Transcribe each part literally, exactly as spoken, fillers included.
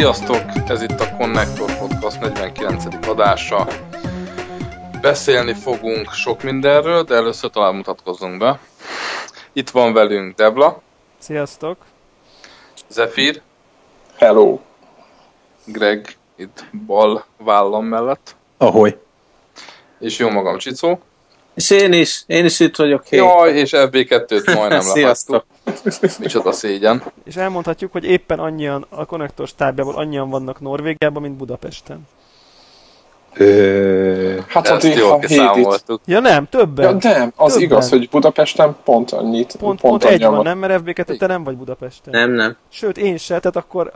Sziasztok! Ez itt a Connector Podcast negyvenkilencedik adása. Beszélni fogunk sok mindenről, de először talán mutatkozzunk be. Itt van velünk Debla. Sziasztok! Zephyr. Hello! Greg itt bal vállam mellett. Ahogy. És jó magam, Csicó. És én is, én is itt vagyok. Hé. Jaj, és ef bé kettőt majdnem Sziasztok! lehagytuk. Micsoda szégyen. És elmondhatjuk, hogy éppen annyian, a Connector stábjából annyian vannak Norvégiában, mint Budapesten. Ö... Hát ezt ott jól kiszámoltuk. Ja nem, többen. Ja, nem, az többen. Igaz, hogy Budapesten pont annyit. Pont, pont, pont egy van, van, nem? Mert ef bé kettő te nem vagy Budapesten. Nem, nem. Sőt, én se, tehát akkor...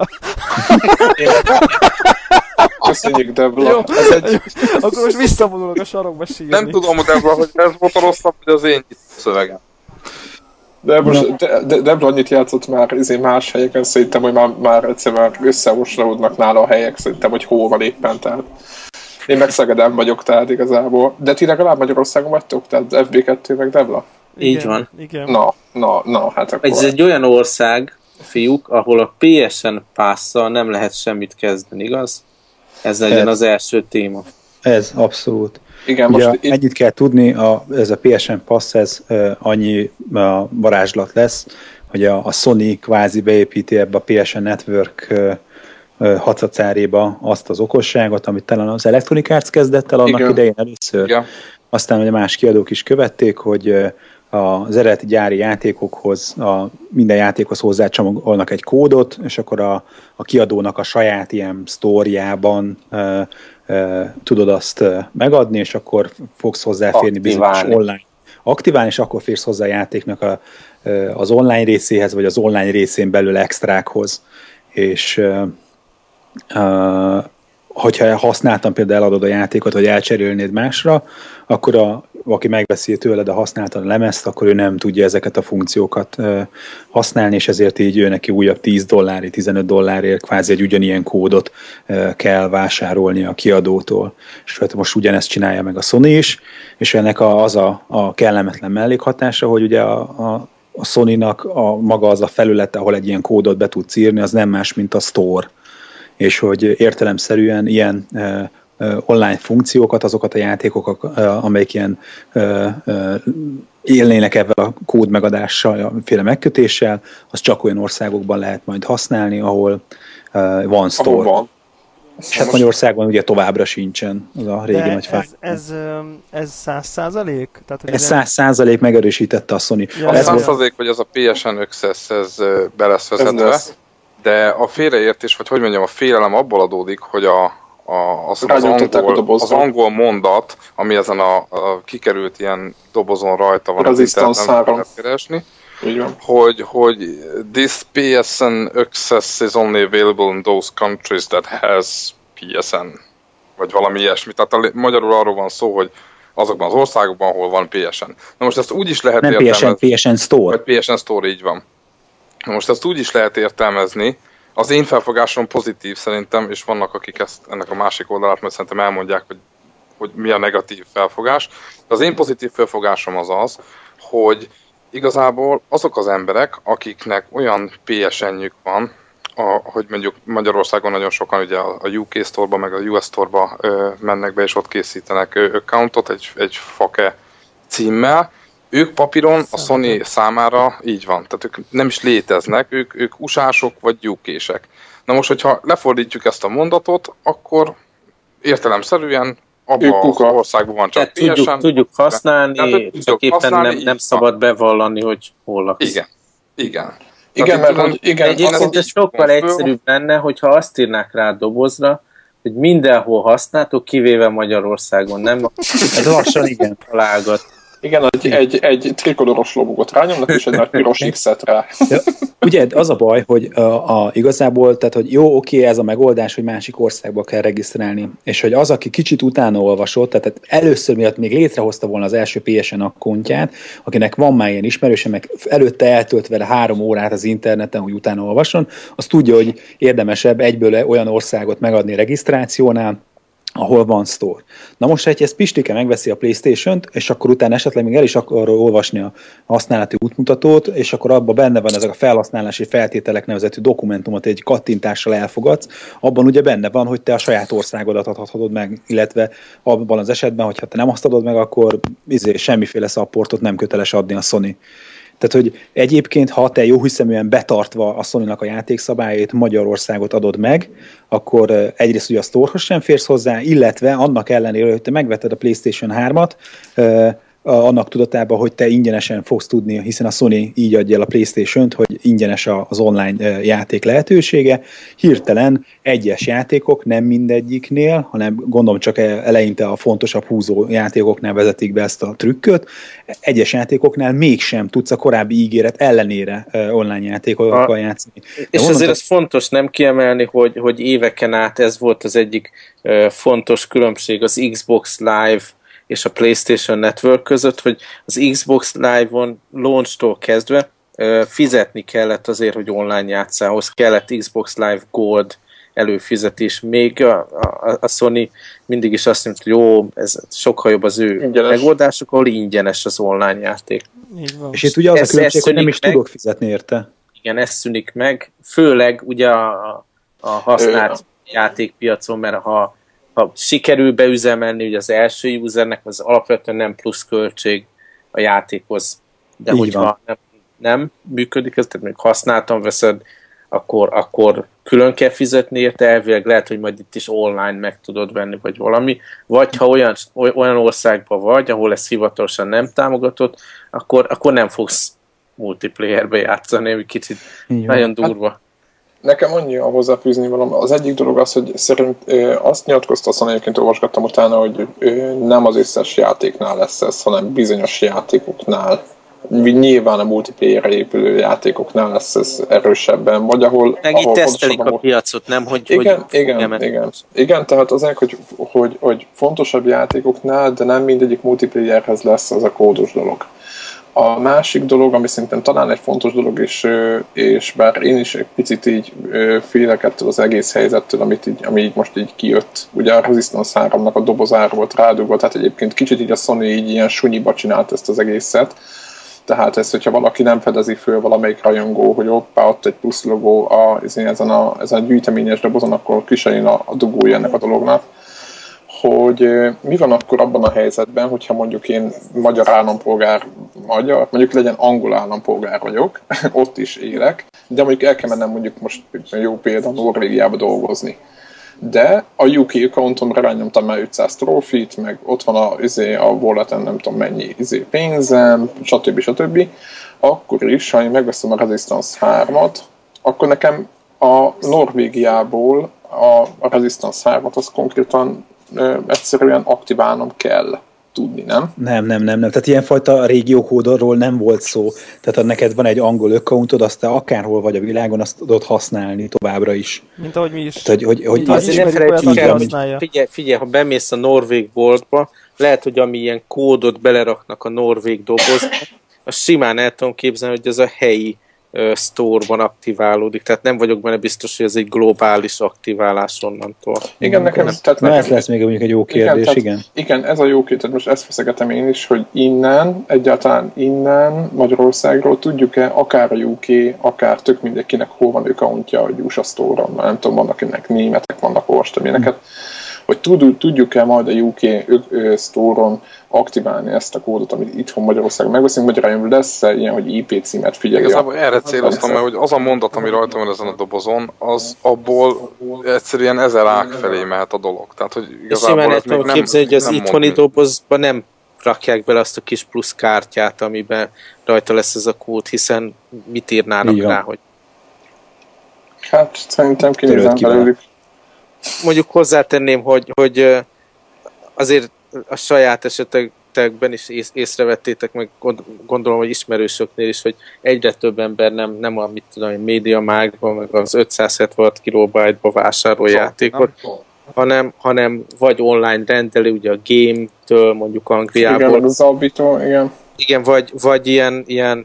Köszönjük, Debla. Jó, ez egy... akkor most visszavonulok a sarokba sírni. Nem tudom, Debla, hogy ez volt a rosszabb, hogy az én szövegem. De most de, de, Debla annyit játszott már ezért más helyeken, szerintem, hogy már, már egyszer már összemoslódnak nála a helyek, szerintem, hogy hóval éppen, tehát én meg Szegeden vagyok, tehát igazából. De ti legalább Magyarországon vagytok, tehát ef bé kettő meg Debla? Igen, Így van. Igen. Na, na, na, hát akkor... Ez egy olyan ország, fiúk, ahol a pé es en Pass-szal nem lehet semmit kezdeni, igaz? Ez legyen Ez. az első téma. Ez abszolút. Igen, Ugye most... Itt... ennyit kell tudni, a, ez a pé es en Pass, ez uh, annyi uh, varázslat lesz, hogy a, a Sony kvázi beépíti ebbe a pé es en Network uh, uh, hatszacáréba azt az okosságot, amit talán az Electronic Arts kezdett el annak Igen. idején először. Igen. Aztán ugye más kiadók is követték, hogy uh, az eredeti gyári játékokhoz, a, minden játékhoz hozzácsomagolnak egy kódot, és akkor a, a kiadónak a saját ilyen sztóriában uh, uh, tudod azt uh, megadni, és akkor fogsz hozzáférni bizonyos online aktiválni, és akkor férsz hozzá a játéknak a, uh, az online részéhez, vagy az online részén belül extrákhoz. És uh, uh, hogyha használtam, például eladod a játékot, vagy elcserélnéd másra, akkor a, aki megveszi tőled a használtan lemezt, akkor ő nem tudja ezeket a funkciókat uh, használni, és ezért így ő neki újabb tíz dollárért, tizenöt dollárért kvázi egy ugyanilyen kódot uh, kell vásárolni a kiadótól. És hát most ugyanezt csinálja meg a Sony is, és ennek a, az a, a kellemetlen mellékhatása, hogy ugye a, a, a Sony-nak a, maga az a felület, ahol egy ilyen kódot be tudsz írni, az nem más, mint a Store. És hogy értelemszerűen ilyen uh, uh, online funkciókat, azokat a játékokat, uh, amelyik ilyen uh, uh, élnének ebben a kód megadással, féle megkötéssel, az csak olyan országokban lehet majd használni, ahol uh, van store. Van. És hát Magyarországon ugye továbbra sincsen az a régi De nagy fák. ez, ez, ez száz százalék? Tehát, hogy Ez száz százalék megerősítette a Sony. Ja, Az ez száz százalék, hogy az a pé es en Access, ez be lesz vezetve. De a félreértés, vagy hogy mondjam, a félelem abból adódik, hogy a, a, az, az, angol, az angol mondat, ami ezen a, a kikerült ilyen dobozon rajta van, az interneten lehet keresni, hogy, hogy this pé es en access is only available in those countries that has pé es en, vagy valami ilyesmi. Tehát a, magyarul arról van szó, hogy azokban az országokban, ahol van pé es en. Na most ezt úgy is lehet nem értelmezni. Nem pé es en, pé es en Store. Vagy pé es en Store, így van. Most ezt úgy is lehet értelmezni, az én felfogásom pozitív szerintem, és vannak, akik ezt, ennek a másik oldalát, mert szerintem elmondják, hogy, hogy mi a negatív felfogás. De az én pozitív felfogásom az az, hogy igazából azok az emberek, akiknek olyan pé es en-jük van, a, hogy mondjuk Magyarországon nagyon sokan ugye a u ká Store-ba, meg a u es Store-ba ö, mennek be, és ott készítenek ö, accountot egy, egy fake címmel, ők papíron a Sony számára így van, tehát ők nem is léteznek, ők, ők usások vagy jukések. Na most, hogyha lefordítjuk ezt a mondatot, akkor értelemszerűen abban az országban van csak pé es en. Tudjuk, tudjuk használni, tehát, csak éppen használni, nem, nem szabad bevallani, hogy hol laksz. Igen, igen. Igen, mert hogy igen, egyébként ez sokkal egyszerűbb lenne, hogyha azt írnák rá a dobozra, hogy mindenhol használtok, kivéve Magyarországon, nem? Ez lassan igen. Találgat. Igen, egy, egy, egy trikoloros logogot rányomnak, és egy nagy piros X-et rá. Ja, ugye az a baj, hogy a, a, igazából, tehát hogy jó, oké, ez a megoldás, hogy másik országba kell regisztrálni, és hogy az, aki kicsit utána olvasott, tehát először miatt még létrehozta volna az első pé es en akkontját, akinek van már ilyen ismerőse, meg előtte eltölt vele három órát az interneten, hogy utána olvasson, az tudja, hogy érdemesebb egyből olyan országot megadni regisztrációnál, ahol van store. Na most, ha ez Pistike megveszi a PlayStation-t, és akkor utána esetleg még el is akar olvasni a használati útmutatót, és akkor abban benne van ezek a felhasználási feltételek nevezetű dokumentumot, egy kattintással elfogadsz, abban ugye benne van, hogy te a saját országodat adhatod meg, illetve abban az esetben, hogyha te nem azt adod meg, akkor izé, semmiféle supportot nem köteles adni a Sony. Tehát, hogy egyébként, ha te jóhiszeműen betartva a Sony-nak a játékszabályait Magyarországot adod meg, akkor egyrészt ugye a Store-hoz sem férsz hozzá, illetve annak ellenére, hogy te megvetted a PlayStation hármat, annak tudatában, hogy te ingyenesen fogsz tudni, hiszen a Sony így adja el a PlayStation-t, hogy ingyenes az online játék lehetősége. Hirtelen egyes játékok, nem mindegyiknél, hanem gondolom csak eleinte a fontosabb húzó játékoknál vezetik be ezt a trükköt, egyes játékoknál mégsem tudsz a korábbi ígéret ellenére online játékokkal játszani. De és mondom, azért ez fontos nem kiemelni, hogy, hogy éveken át ez volt az egyik uh, fontos különbség az Xbox Live és a PlayStation Network között, hogy az Xbox Live-on launch-tól kezdve uh, fizetni kellett azért, hogy online játsszál, ahhoz kellett Xbox Live Gold előfizetés. Még a, a, a Sony mindig is azt mondta, hogy jó, ez sokkal jobb az ő ingyenes megoldások, ahol ingyenes az online játék. És itt ugye az ez, a különbség, hogy nem is meg, tudok fizetni érte. Igen, ez szűnik meg, főleg ugye a, a használt ő, játékpiacon, mert ha ha sikerül beüzemelni, ugye az első usernek az alapvetően nem plusz költség a játékhoz. De így hogyha nem, nem működik ez, tehát még használtan veszed, akkor, akkor külön kell fizetni érte, elvileg lehet, hogy majd itt is online meg tudod venni, vagy valami. Vagy ha olyan, olyan országban vagy, ahol ez hivatalosan nem támogatott, akkor, akkor nem fogsz multiplayerbe játszani, ami kicsit így nagyon van. Durva. Hát, nekem annyi a hozzáfűzni valami. Az egyik dolog az, hogy szerint ö, azt nyilatkozta, aztán egyébként olvasgattam utána, hogy ö, nem az összes játéknál lesz ez, hanem bizonyos játékoknál. Nyilván a multiplayerre épülő játékoknál lesz ez erősebben, vagy ahol... Meg itt tesztelik a piacot, nem? Hogy, igen, hogy igen, igen. Igen, tehát azért, hogy, hogy, hogy fontosabb játékoknál, de nem mindegyik multiplayerhez lesz az a kódos dolog. A másik dolog, ami szerintem talán egy fontos dolog, és, és bár én is egy picit így félek ettől az egész helyzettől, amit így, ami így most így kijött. Ugye a Resistance háromnak a dobozára volt rádugva, tehát egyébként kicsit így a Sony így ilyen sunyiba csinált ezt az egészet. Tehát ez, hogyha valaki nem fedezi föl valamelyik rajongó, hogy hoppá, ott egy plusz logó a, ezen, a, ezen a gyűjteményes dobozon, akkor kisejön a, a dugója ennek a dolognak. Hogy mi van akkor abban a helyzetben, hogyha mondjuk én magyar állampolgár magyar, mondjuk legyen angol állampolgár vagyok, ott is élek, de mondjuk el kell mennem mondjuk most jó példa Norvégiába dolgozni. De a U K accountomra rányomtam már ötszáz trófit, meg ott van a, izé, a walleten nem tudom mennyi izé, pénzem, stb. stb. Akkor is, ha én megveszem a Resistance hármat, akkor nekem a Norvégiából a, a Resistance hármat az konkrétan ö, egyszerűen aktiválnom kell tudni, nem? Nem, nem, nem, nem. Tehát ilyenfajta régiókódról nem volt szó. Tehát ha neked van egy angol accountod, azt te akárhol vagy a világon, azt tudod használni továbbra is. Mint ahogy mi is. Tehát, hogy, hogy, hogy azért ne felejtsük el, figyelj, figyelj, ha bemész a norvég boltba, lehet, hogy ami ilyen kódot beleraknak a norvég dobozba, azt simán el tudom képzelni, hogy ez a helyi uh, store-ban aktiválódik. Tehát nem vagyok benne biztos, hogy ez egy globális aktiválás onnantól. Igen, nekem... Nem, tehát nekem ez lesz még mondjuk egy jó kérdés, igen. Igen, igen, ez a jó kérdés, tehát most ezt feszegetem én is, hogy innen, egyáltalán innen, Magyarországról tudjuk-e, akár a U K, akár tök mindenkinek hol van accountja a u es á Store-on, már nem tudom, vannak akinek németek, vannak orvosteményeket, hmm. hogy tudjuk-e majd a U K Store-on aktiválni ezt a kódot, amit itthon Magyarországon megveszünk, magyarán lesz-e ilyen, hogy I P címet figyelj. Igazából erre céloztam, mert hogy az a mondat, ami rajta van ezen a dobozon, az abból egyszerűen ezer ág felé mehet a dolog. Tehát, hogy igazából és simán nem képzelni, hogy az itthoni dobozban nem rakják bele azt a kis plusz kártyát, amiben rajta lesz ez a kód, hiszen mit írnának igen. rá, hogy... Hát szerintem kinézem belőlük. Mondjuk hozzátenném, hogy, hogy azért a saját esetekben is ész, észrevettétek, meg gondolom, hogy ismerősöknél is, hogy egyre több ember nem, nem a mit tudom, MediaMarktban, meg az ötszázhetvenhat kilobájtba vásárol játékot, hanem, hanem vagy online rendeli, ugye a Game-től, mondjuk Angliából. Igen, az Albitól, igen. Igen, vagy, vagy ilyen, ilyen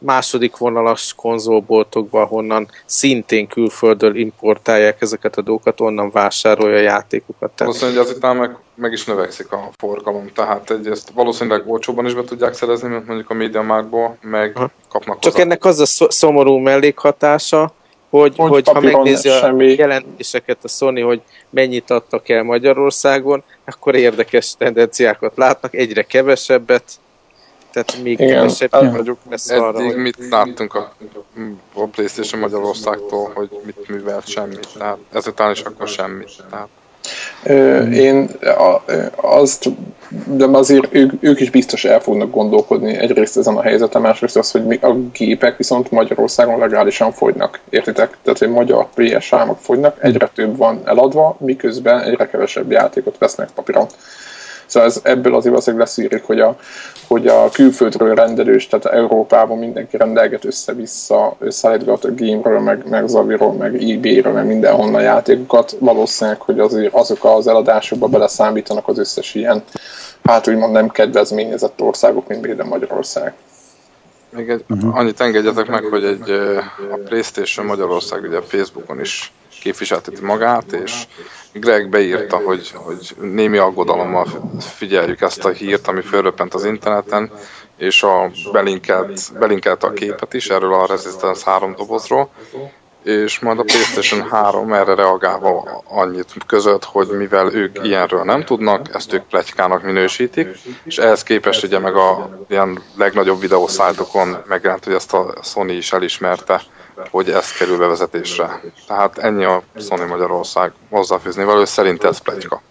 második vonalas konzolboltokba, honnan szintén külföldről importálják ezeket a dolgokat, onnan vásárolja a játékokat. Valószínűleg azután meg, meg is növekszik a forgalom, tehát egy, ezt valószínűleg olcsóban is be tudják szerezni, mint mondjuk a MediaMarktból, meg ha. kapnak Csak hozzá. Ennek az a szomorú mellékhatása, hogy, hogy, hogy ha megnézi a semmi. jelentéseket a Sony, hogy mennyit adtak el Magyarországon, akkor érdekes tendenciákat látnak, egyre kevesebbet, tehát még kevesebb vagyok lesz arra. Eddig mit láttunk a, a PlayStation Magyarországtól, hogy mit művelt, semmit, tehát ezután is akkor semmit. Tehát. Ö, én a, azt, de azért ők, ők is biztos el fognak gondolkodni egyrészt ezen a helyzeten, másrészt az, hogy a gépek viszont Magyarországon legálisan fogynak, értitek? Tehát, hogy magyar pé es három-ok fogynak, egyre több van eladva, miközben egyre kevesebb játékot vesznek papíron. Szóval ez, ebből azért valószínűleg leszűrik, hogy a, hogy a külföldről rendelős, tehát Európában mindenki rendelget össze-vissza, összeállítgat a Game-ről, meg, meg Zaviról, meg eBay-ről, meg mindenhonnan játékokat. Valószínűleg, hogy azért azok az eladásokba beleszámítanak az összes ilyen, hát úgymond nem kedvezményezett országok, mint például Magyarország. Még egy, uh-huh. annyit engedjetek meg, hogy egy, a PlayStation Magyarország ugye a Facebookon is képviselteti magát, és Greg beírta, hogy, hogy némi aggodalommal figyeljük ezt a hírt, ami fölröppent az interneten, és a belinkelt, belinkelt a képet is erről a Resistance három dobozról, és majd a PlayStation három erre reagálva annyit között, hogy mivel ők ilyenről nem tudnak, ezt ők pletykának minősítik, és ehhez képest ugye meg a ilyen legnagyobb videószájtokon megjelent, hogy ezt a Sony is elismerte, hogy ez kerül bevezetésre. Tehát ennyi a Sony Magyarország hozzáfűzni való, szerint ez pletyka.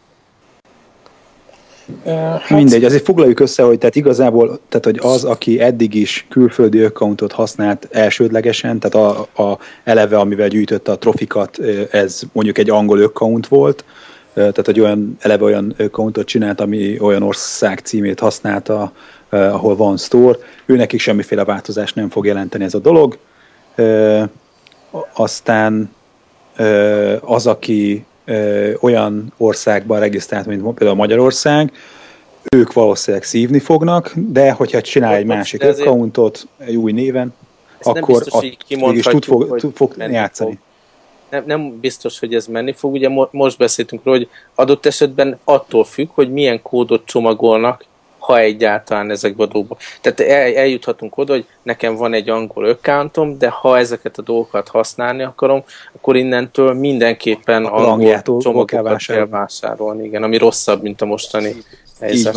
Hát... Mindegy, azért foglaljuk össze, hogy tehát igazából tehát, hogy az, aki eddig is külföldi accountot használt elsődlegesen, tehát a, a eleve, amivel gyűjtötte a trofikat, ez mondjuk egy angol account volt, tehát hogy olyan, eleve olyan accountot csinált, ami olyan ország címét használta, ahol van store, őnekik semmiféle változást nem fog jelenteni ez a dolog. Aztán az, aki olyan országban regisztrált, mint például Magyarország, ők valószínűleg szívni fognak, de hogyha csinál egy másik accountot egy új néven, akkor biztos, mégis tud fog, tud fog játszani. Fog. Nem, nem biztos, hogy ez menni fog. Ugye most beszéltünk róla, hogy adott esetben attól függ, hogy milyen kódot csomagolnak, ha egyáltalán ezekbe a dolgokba. Tehát el, eljuthatunk oda, hogy nekem van egy angol accountom, de ha ezeket a dolgokat használni akarom, akkor innentől mindenképpen a angol csomagokat kell vásárolni. kell vásárolni, igen, ami rosszabb, mint a mostani helyzet.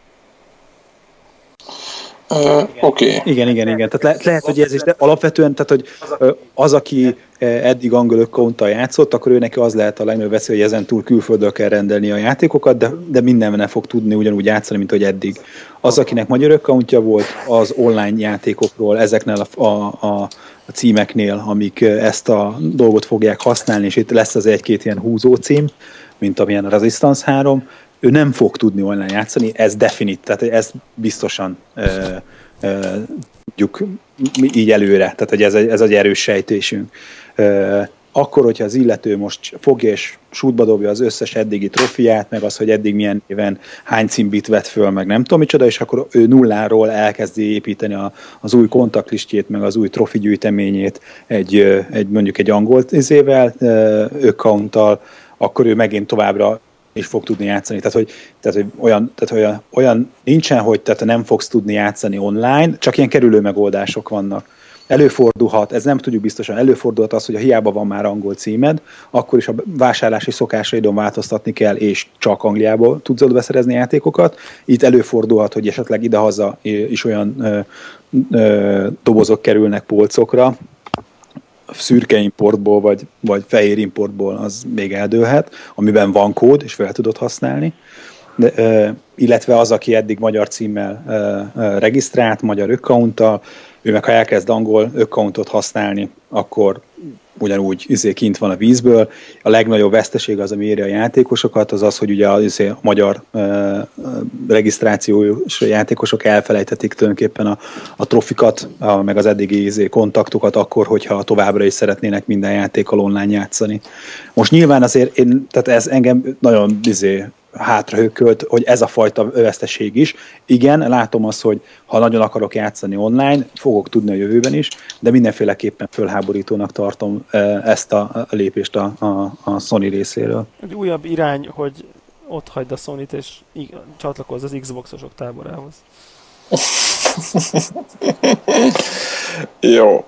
Uh, Oké. Okay. Igen, igen, igen. Tehát le, lehet, hogy ez is, de alapvetően, tehát, hogy az, aki eddig angol accounttal játszott, akkor ő neki az lehet a legnagyobb veszély, hogy ezen túl külföldről kell rendelni a játékokat, de, de mindenben fog tudni ugyanúgy játszani, mint hogy eddig. Az, akinek magyar accountja volt, az online játékokról, ezeknél a, a, a, a címeknél, amik ezt a dolgot fogják használni, és itt lesz az egy-két ilyen húzó cím, mint amilyen a Resistance három, ő nem fog tudni online játszani, ez definit, tehát ez biztosan ö, ö, tudjuk így előre, tehát hogy ez egy, ez egy erős sejtésünk. Ö, akkor, hogyha az illető most fogja és sútba dobja az összes eddigi trofiát, meg az, hogy eddig milyen éven hány címbit vett föl, meg nem tudom micsoda, és akkor ő nulláról elkezdi építeni a, az új kontaktlistjét, meg az új trofi gyűjteményét egy, egy mondjuk egy angol izével, accounttal, akkor ő megint továbbra is fog tudni játszani. Tehát, hogy, tehát, hogy olyan, tehát, olyan, olyan nincsen, hogy tehát nem fogsz tudni játszani online, csak ilyen kerülő megoldások vannak. Előfordulhat, ez nem tudjuk biztosan, előfordulhat az, hogy ha hiába van már angol címed, akkor is a vásárlási szokásaidon változtatni kell, és csak Angliából tudsz beszerezni játékokat. Itt előfordulhat, hogy esetleg idehaza is olyan ö, ö, dobozok kerülnek polcokra, szürke importból, vagy, vagy fehér importból az még eldőlhet, amiben van kód, és fel tudod használni. De, ö, illetve az, aki eddig magyar címmel ö, ö, regisztrált, magyar accounttal, ő meg ha elkezd angol accountot használni, akkor ugyanúgy izé kint van a vízből. A legnagyobb veszteség az, ami éri a játékosokat, az az, hogy ugye a, izé, a magyar uh, regisztrációs játékosok elfelejthetik tulajdonképpen a, a trofikat, a, meg az eddigi izé, kontaktokat akkor, hogyha továbbra is szeretnének minden játékkal online játszani. Most nyilván azért én, tehát ez engem nagyon izé, hátrahőkölt, hogy ez a fajta veszteség is. Igen, látom azt, hogy ha nagyon akarok játszani online, fogok tudni a jövőben is, de mindenféleképpen fölháborítónak tartom ezt a lépést a, a, a Sony részéről. Egy újabb irány, hogy ott hagyd a Sony-t és csatlakozz az Xboxosok táborához. Jó.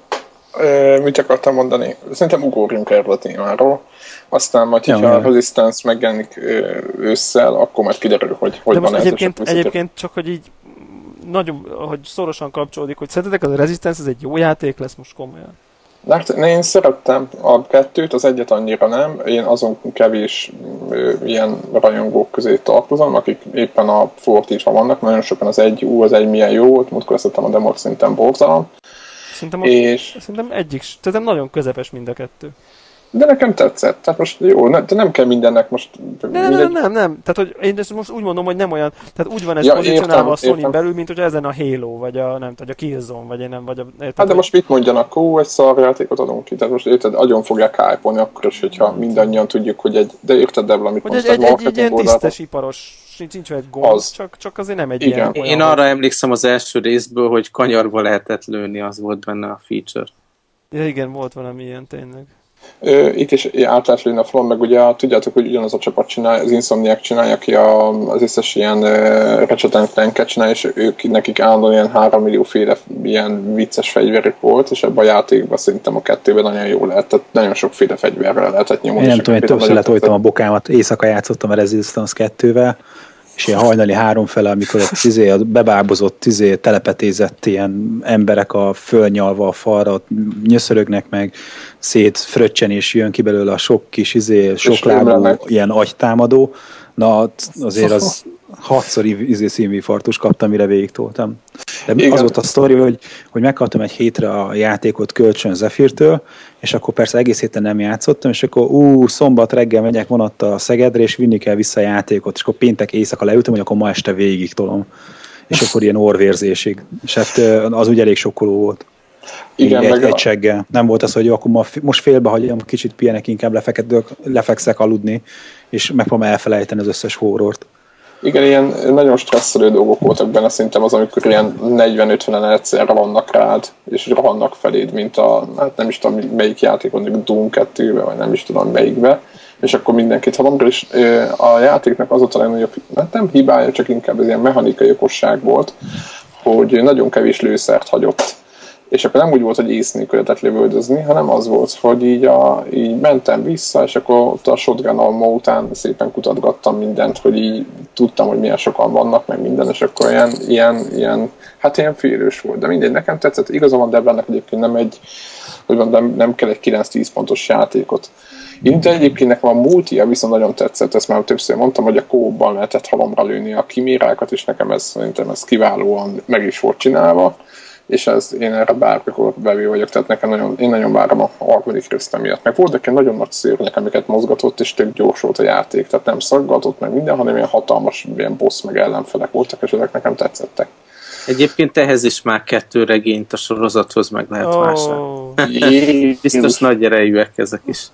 E, mit akartam mondani? Szerintem ugorjunk erről a témáról. Aztán majd, hogyha ja, a Resistance megjelenik ősszel, akkor majd kiderül, hogy hogy de van ez. Egyébként, egyébként csak, hogy így nagyon, hogy szorosan kapcsolódik, hogy szerintetek az a Resistance, ez egy jó játék lesz most komolyan? Ne, én szerettem a kettőt, az egyet annyira nem. Én azon kevés ö, ilyen rajongók közé tartozom, akik éppen a fordítva vannak. Nagyon sokan az egy, ú, az egy milyen jó volt, múltkor szerettem a demót, szinten borzalom. Szerintem, és... szerintem egyik, szerintem nagyon közepes mind a kettő. De nekem tetszett, tehát most jó, ne, de nem kell mindennek most... Nem, mindegy... nem, nem, nem, tehát hogy én ezt most úgy mondom, hogy nem olyan, tehát úgy van ez ja, pozícionálva a Sony belül, mint hogy ezen a Halo, vagy a, nem tudom, a Killzone, vagy én nem, vagy a... Hát de hogy... most mit mondjanak, ó, egy szarjátékot adunk ki, tehát most érted, agyon fogják hype-olni akkor is, hogyha mindannyian tudjuk, hogy egy, de érted, Debla, amit most egy, egy, egy ilyen tisztes iparos, nincs egy gond, az. csak, csak azért nem egy igen. ilyen... Én arra emlékszem az első részből, hogy kanyarba lehetett lőni, az volt benne a feature. Ja igen, volt valami ilyen tényleg. Itt is át lehet lőni a falon, meg ugye tudjátok, hogy ugyanaz a csapat csinálja, az Insomniac csinálja, aki a, az összes ilyen uh, Ratchet and Clank-et csinálja, és ők nekik állandóan ilyen három millió féle ilyen vicces fegyverük volt, és ebben a játékban szerintem a kettőben nagyon jó lehet, tehát nagyon sokféle fegyverrel lehetett nyomni. Én nem tudom, hogy többször letoltam a bokámat, éjszaka játszottam a Resistance kettővel, és ilyen hajnali háromfele, amikor izé, a bebábozott, izé, telepetézett ilyen emberek a fölnyalva a falra, ott nyöszörögnek meg, szét fröccsen, és jön ki belőle a sok kis, izé, sok lábú ilyen agytámadó. Na, azért az hatszor izé színvinfarktus kaptam, mire végigtoltam. De igen. Az volt a sztori, hogy, hogy megkaptam egy hétre a játékot kölcsön Zephyrtől, és akkor persze egész héten nem játszottam, és akkor ú, szombat reggel megyek vonattal a Szegedre, és vinni kell vissza a játékot, és akkor péntek éjszaka leültem, hogy akkor ma este végig tolom. És akkor ilyen orvérzésig. És hát az ugye elég sokkoló volt. Igen, egy, egy seggel. Nem volt az, hogy jó, akkor ma, most félbehagyom, kicsit pihenek, inkább lefekedök, lefekszek aludni, és megpróbálom elfelejteni az összes horrort. Igen, ilyen nagyon stresszelő dolgok voltak benne, szerintem az, amikor ilyen negyven-ötvenen egyszerre vannak rád, és rohannak feléd, mint a, hát nem is tudom, melyik játék, mondjuk Doom kettőbe, vagy nem is tudom melyikbe, és akkor mindenkit halomra, és a játéknak az a legnagyobb, hát nem hibája, csak inkább ez ilyen mechanikai okosság volt, hogy nagyon kevés lőszert hagyott. És akkor nem úgy volt, hogy ész nélkül lehetett lövöldözni, hanem az volt, hogy így, a, így mentem vissza, és akkor ott a shotgun alma után szépen kutatgattam mindent, hogy így tudtam, hogy milyen sokan vannak, meg minden, és akkor ilyen, ilyen, ilyen hát ilyen félős volt. De mindegy, nekem tetszett, igazán van Deblának egyébként nem egy, hogy mondom, nem kell egy kilenc-tíz pontos játékot. Én de egyébként nekem a multia viszont nagyon tetszett, ezt már többször mondtam, hogy a kóban lehetett halomra lőni a kimérákat, és nekem ez szerintem ez kiválóan meg is volt csinálva. És ez, én erre bármikor bevő vagyok, tehát nekem nagyon, én nagyon várom a harmadik részt miatt. Meg voltak egy nagyon nagy szőrnyek, amiket mozgatott, és tök gyors volt a játék, tehát nem szaggatott meg minden, hanem ilyen hatalmas ilyen boss meg ellenfelek voltak, és ezek nekem tetszettek. Egyébként ehhez is már kettő regényt a sorozathoz meg lehet oh. vásárolni. Biztos nagy erejűek ezek is.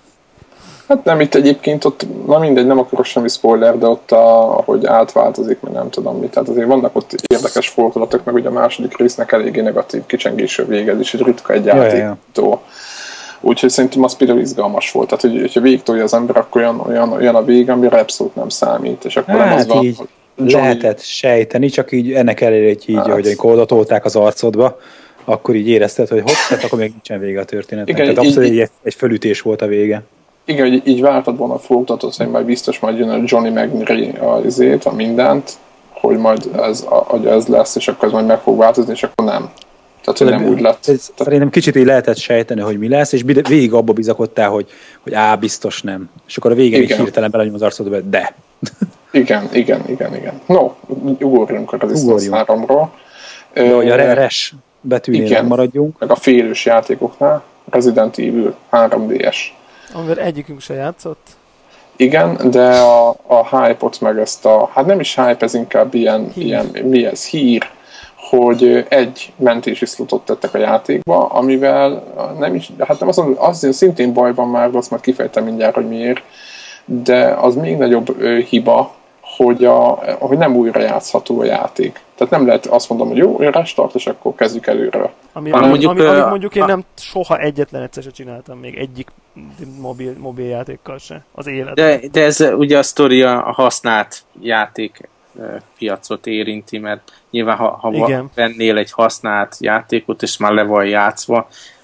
Hát nem, itt egyébként ott, na mindegy, nem akarok semmi spoiler, de ott, a, ahogy átváltozik, meg nem tudom mit. Tehát azért vannak ott érdekes fordulatok, meg ugye a második résznek eléggé negatív kicsengésű vége, és egy ritka egy játéktól. Úgyhogy szerintem az például izgalmas volt. Tehát, hogy, hogyha végigtolja az ember, akkor olyan, olyan, olyan a vége, amire abszolút nem számít. És akkor hát nem az van, így Johnny... lehetett sejteni, csak így ennek ellenére, hogy így, hát. hogy kódotolták az arcodba, akkor így érezted, hogy hopp, tehát akkor még nincsen vége a történetnek. Igen, tehát abszolút így, egy, egy fölütés volt a vége. Igen, hogy így vártad volna a fordulatot, hogy majd biztos majd jön a Johnny McNary azért, a mindent, hogy majd ez, hogy ez lesz, és akkor ez majd meg fog változni, és akkor nem. Tehát, hogy nem úgy lett. Ez, szerintem kicsit így lehetett sejteni, hogy mi lesz, és végig abba bizakodtál, hogy, hogy á, biztos nem. És akkor a végén így hirtelen belanyom az arcodba, hogy de. Igen, igen, igen, igen. No, ugorjunk a Resistance háromról. De, hogy a res betűnél maradjunk. Meg a félős játékoknál, Resident Evil három dé es. Amivel egyikünk se játszott. Igen, de a, a hype-ot meg ezt a, hát nem is hype, ez inkább ilyen, ilyen mi ez, hír, hogy egy mentési szlotot tettek a játékba, amivel nem is, hát nem azt mondom, az szintén bajban már, de azt már kifejtem mindjárt, hogy miért, de az még nagyobb ö, hiba, hogy, a, hogy nem újra játszható a játék. Tehát nem lehet azt mondom, hogy jó, restart, és akkor kezdjük előről. Ami, ami, mondjuk, ami, ami mondjuk én nem soha egyetlen egyszer se csináltam még egyik mobil, mobil játékkal se az életben. De, de ez ugye a sztori a használt játék piacot érinti, mert nyilván ha, ha vennél egy használt játékot, és már le van játszva,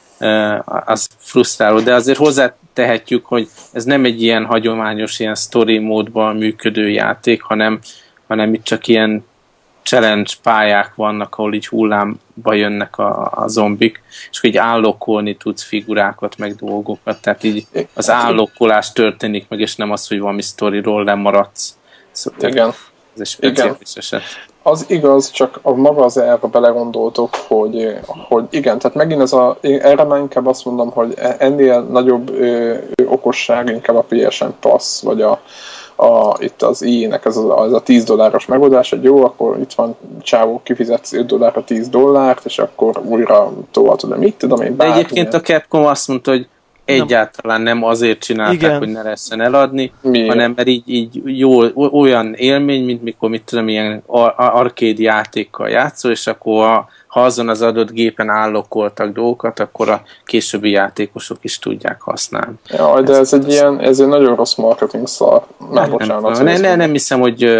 az frusztráló, de azért hozzátehetjük, hogy ez nem egy ilyen hagyományos, ilyen story módban működő játék, hanem, hanem itt csak ilyen challenge pályák vannak, ahol így hullámba jönnek a, a zombik, és hogy így állokkolni tudsz figurákat, meg dolgokat, tehát így az állokkolás történik meg, és nem az, hogy valami sztoriról lemaradsz. Szóval igen. Ez egy speciális eset. Az igaz, csak a maga az erre belegondoltok, hogy, hogy igen, tehát megint ez a, erre már inkább azt mondom, hogy ennél nagyobb ö, ö, okosság inkább a pé es en Plus, vagy a, a, itt az i á-nek ez a, ez a tíz dolláros megoldás, hogy jó, akkor itt van csávó, kifizetsz öt dollárra tíz dollárt, és akkor újra tolhatod, de mit tudom én, bármilyen. De egyébként a Capcom azt mondta, hogy egyáltalán nem azért csinálták, igen, hogy ne lehessen eladni, miért? Hanem mert így, így jó, olyan élmény, mint mikor, mit tudom, ilyen arcade játékkal játszol, és akkor ha, ha azon az adott gépen állokkoltak dolgokat, akkor a későbbi játékosok is tudják használni. Jaj, de ez, ez egy ilyen, ez egy nagyon rossz marketing szar. Már bocsánat. Nem, nem, nem hiszem, hogy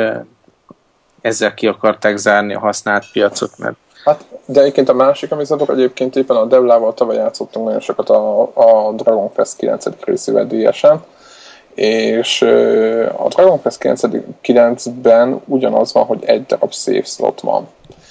ezzel ki akarták zárni a használt piacot, mert hát, de egyébként a másik, amit zadok, egyébként éppen a Devlával tavaly játszottunk nagyon sokat a, a Dragon Quest kilencedik részével dé esen, és a Dragon Quest kilencben ugyanaz van, hogy egy darab save slot van.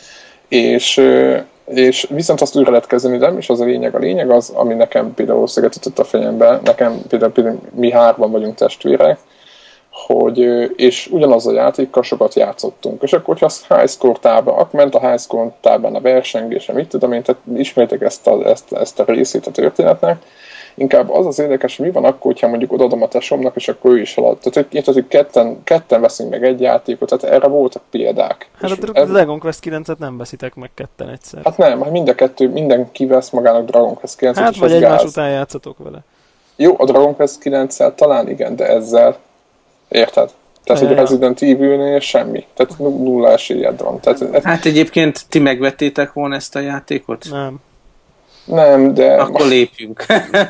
És, és viszont azt újra lehet kezdeni, de nem is az a lényeg. A lényeg az, ami nekem például szögetített a fejembe, nekem például, például mi hárman vagyunk testvérek, hogy, és ugyanaz a játékkal sokat játszottunk. És akkor, hogyha az high score táblán, akkor ment a high score táblán a versengés, mit tudom én, tehát ismertek ezt a, ezt, ezt a részét a történetnek. Inkább az az érdekes, hogy mi van akkor, hogyha mondjuk odaadom a tesómnak, és akkor ő is halad. Tehát, hogy, hogy ketten, ketten veszünk meg egy játékot, tehát erre voltak példák. Hát a Dragon ez... Quest kilencet nem veszitek meg ketten egyszer. Hát nem, hát mind a kettő, mindenki vesz magának Dragon Quest kilencet. Hát vagy egymás gáz. Után játszatok vele. Jó, a Dragon Quest kilenccel talán igen, de ezzel érted? Tehát, hogy a Resident Evil-nél semmi. Tehát nulla esélyed van. Tehát, hát egyébként ti megvettétek volna ezt a játékot? Nem. Nem, de... Akkor lépjünk.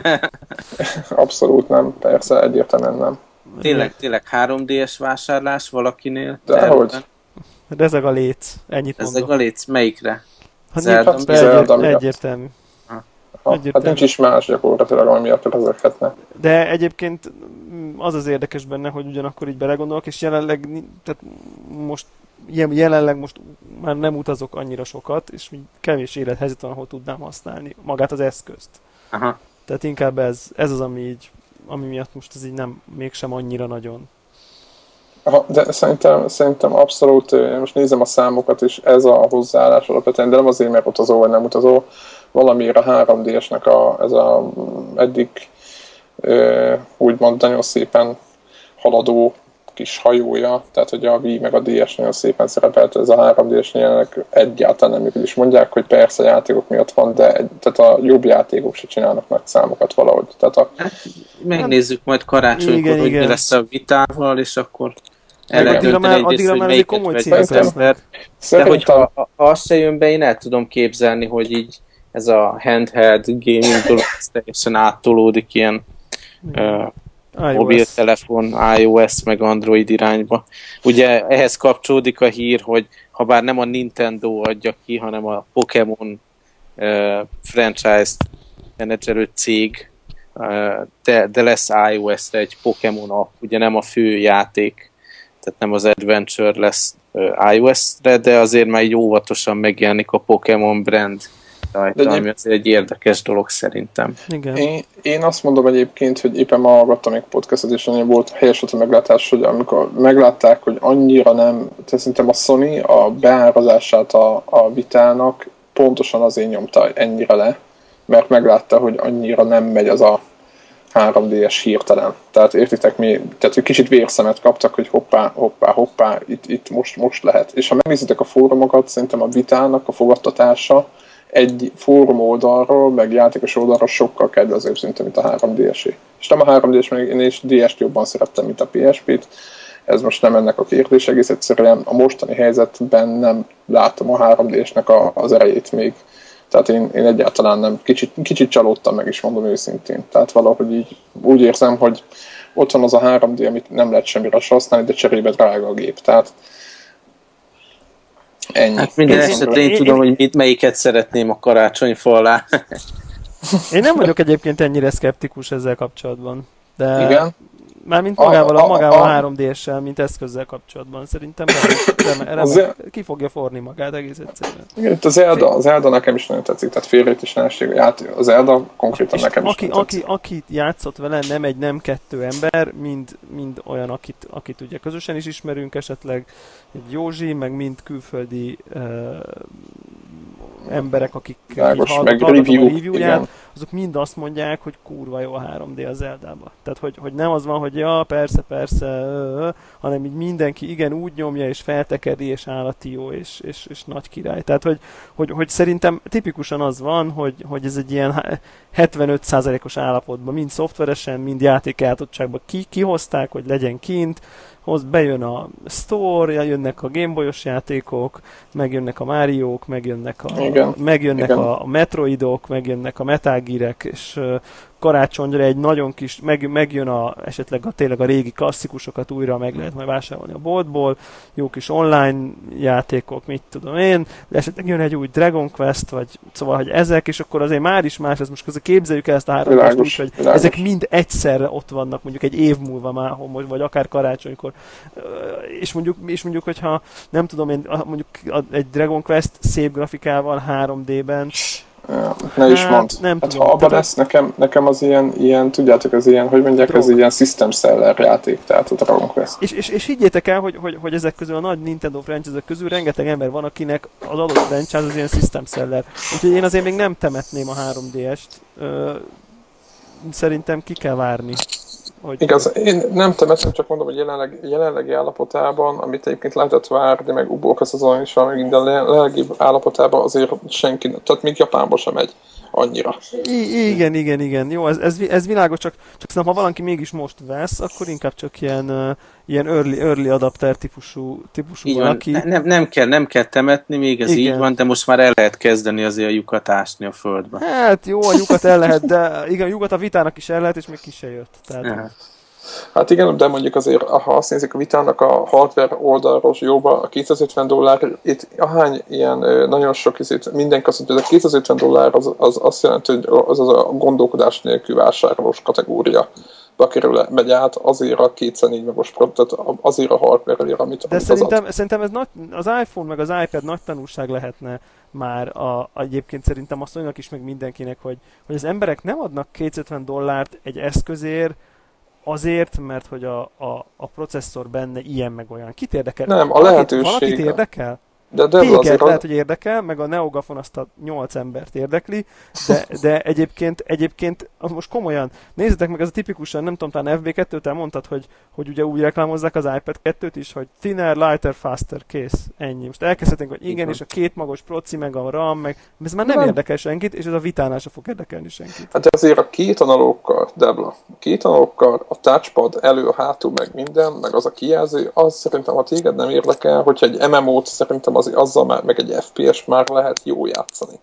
Abszolút nem, persze, egyértelműen nem. Tényleg, tényleg három dé-es vásárlás valakinél? Dehogy. Rezeg a léc, ennyit mondok. Rezeg a léc, melyikre? Hát Zelda, Zelda egyért, egyértelmű. Ha, hát nincs is más gyakorlatilag, ami miatt rezeghetne. De egyébként az az érdekes benne, hogy ugyanakkor így belegondolok, és jelenleg, tehát most, jelenleg most már nem utazok annyira sokat, és kevés élethelyzet van, ahol tudnám használni magát az eszközt. Aha. Tehát inkább ez, ez az, ami, így, ami miatt most ez így nem, mégsem annyira nagyon. Aha, de szerintem, szerintem abszolút, most nézem a számokat, és ez a hozzáállás alapvetően, de nem azért, mert utazó vagy nem utazó, valamiért a három dé-esnek a, ez a eddig úgymond nagyon szépen haladó kis hajója, tehát hogy a Wii meg a dé es nagyon szépen szerepelt, ez a három dé-es jelenleg egyáltalán nem működik, és mondják, hogy persze a játékok miatt van, de egy, tehát a jobb játékok se csinálnak nagy számokat valahogy. Tehát a, hát, megnézzük majd karácsonykor, hogy mi lesz a Vitával, és akkor el lehet dönteni egyrészt, hogy melyiket vegye az ember. De hogyha azt se jön be, én el tudom képzelni, hogy így ez a handheld gaming dolog teljesen áttolódik ilyen uh, mobiltelefon, iOS meg Android irányba. Ugye ehhez kapcsolódik a hír, hogy ha bár nem a Nintendo adja ki, hanem a Pokémon uh, franchise-t menedzselő cég, uh, de, de lesz iOS-re egy Pokémon app, ugye nem a fő játék, tehát nem az Adventure lesz uh, iOS-re, de azért már így óvatosan megjelenik a Pokémon brand rajta, ami azért egy érdekes dolog szerintem. Igen. Én, én azt mondom egyébként, hogy éppen ma hallgattam még podcastot, és annyi volt helyes a meglátás, hogy amikor meglátták, hogy annyira nem, tehát szerintem a Sony a beárazását a, a Vitának pontosan azért nyomta ennyire le, mert meglátta, hogy annyira nem megy az a három dé-es hirtelen. Tehát értitek mi, tehát hogy kicsit vérszemet kaptak, hogy hoppá, hoppá, hoppá, itt, itt most, most lehet. És ha megnézitek a fórumokat, szerintem a Vitának a fogadtatása egy fórum oldalról, meg játékos oldalról sokkal kedvezőbb szinte, mint a három dé-esé. És nem a három dé-es, meg én is dé est jobban szerettem, mint a pé es pét, ez most nem ennek a kérdés, egész egyszerűen a mostani helyzetben nem látom a három dé-snek a, az erejét még. Tehát én, én egyáltalán nem, kicsit, kicsit csalódtam, meg is mondom őszintén. Tehát valahogy így úgy érzem, hogy ott van az a három dé, amit nem lehet semmire használni, de cserébe drága a gép. Tehát ennyi. Hát minden esetre én, én tudom, hogy mit, melyiket szeretném a karácsonyfa alá. Én nem vagyok egyébként ennyire szkeptikus ezzel kapcsolatban. De igen. Mármint magával a, a, magával a, a három dé-essel, mint eszközzel kapcsolatban. Szerintem remek, remek, remek, ki fogja forni magát egész egyszerűen. Igen, az Zelda, az Zelda nekem is nagyon tetszik, tehát félrejét is ne essék, az Zelda konkrétan és nekem aki, is nagyon tetszik. Aki, akit játszott vele, nem egy, nem kettő ember, mind, mind olyan, akit, akit ugye közösen is ismerünk esetleg, egy Józsi, meg mind külföldi uh, emberek, akik Lágos, hallgat, meg hallgatom review, a reviewját, azok mind azt mondják, hogy kurva jó a három dé a Zeldába. Tehát, hogy, hogy nem az van, hogy ja, persze, persze, ö, ö, hanem így mindenki igen úgy nyomja, és feltekedi, és állati jó, és, és, és nagy király. Tehát, hogy, hogy, hogy szerintem tipikusan az van, hogy, hogy ez egy ilyen hetvenöt százalékos állapotban, mind szoftveresen, mind játékjátottságban ki, kihozták, hogy legyen kint, hoz, bejön a Store, jönnek a Gameboy-os játékok, megjönnek a Máriók, megjönnek a, igen, megjönnek igen. a Metroidok, megjönnek a Metal Gear-ek, és uh, karácsonyra egy nagyon kis, meg, megjön a, esetleg a, tényleg a régi klasszikusokat újra meg lehet majd vásárolni a boltból, jó kis online játékok, mit tudom én, de esetleg jön egy új Dragon Quest, vagy szóval, hogy ezek, és akkor azért már is más, ez most közben képzeljük el ezt a három most úgy, hogy világos. Ezek mind egyszerre ott vannak, mondjuk egy év múlva már, vagy akár karácsonykor, és mondjuk, és mondjuk hogyha nem tudom én, mondjuk egy Dragon Quest szép grafikával három dé-ben, Ja, ne is mondd. Hát, nem hát tudom, ha abban lesz, nekem, nekem az ilyen, ilyen, tudjátok, az ilyen, hogy mondják, Drog. Ez ilyen system seller játék, tehát a Dragon Quest. És, és, és higgyétek el, hogy, hogy, hogy ezek közül a nagy Nintendo franchise-ek közül rengeteg ember van, akinek az adott franchise az ilyen system seller. Úgyhogy én azért még nem temetném a három dé-est. Ö, szerintem ki kell várni. Hogy igaz, én nem temetem, csak mondom, hogy jelenleg, jelenlegi állapotában, amit egyébként lehetett várni, meg ubók a szezon is van, de jelenlegi állapotában azért senki, tehát még Japánba sem megy annyira. I- igen, igen, igen. Jó, ez, ez, ez világos, csak, csak szerintem, ha valaki mégis most vesz, akkor inkább csak ilyen, uh, ilyen early, early adapter típusú, típusú valaki. Ne, nem, nem, kell, nem kell temetni, még ez igen. Így van, de most már el lehet kezdeni azért a lyukat ásni a földbe. Hát jó, a lyukat el lehet, de igen, a lyukat a vitának is el lehet, és még ki se jött. Tehát... Ja. Hát igen, de mondjuk azért, ha azt nézik a vitának a hardware oldalról jóba, a kétszázötven dollár, itt ahány ilyen nagyon sok izét, mindenki azt mondja, hogy a kétszázötven dollár az, az azt jelenti, hogy az, az a gondolkodás nélkül vásárolós kategória kerül, megy át azért a kétszáznégy megos tehát azért a hardware-ért, amit, de amit szerintem, szerintem ez nagy, az iPhone meg az iPad nagy tanulság lehetne már a, egyébként szerintem azt mondjuk is meg mindenkinek, hogy, hogy az emberek nem adnak kétszázötven dollárt egy eszközért, azért, mert hogy a, a, a processzor benne ilyen meg olyan. Kit érdekel? Nem, a lehetősége. Valakit érdekel? De, de Téged azért lehet, az... hogy érdekel, meg a NeoGAF-on azt a nyolc embert érdekli, de, de egyébként, egyébként most komolyan, nézzétek meg, ez a tipikusan, nem tudom, talán ef bé kettőt mondtad, hogy, hogy ugye úgy reklámozzák az iPad kettőt is, hogy thinner, lighter, faster, kész, ennyi. Most elkezdhetünk, hogy igen, és a két magos proci, meg a RAM, meg ez már nem, nem érdekel senkit, és ez a vitánál sem fog érdekelni senkit. Hát de azért a két analókkal, Debla, a két analókkal, a touchpad elő, hátul, meg minden, meg az a kijelző, az szerintem, ha téged nem érdekel, hogyha egy em em ó-t szerintem az azzal már, meg egy ef pé es már lehet jó játszani.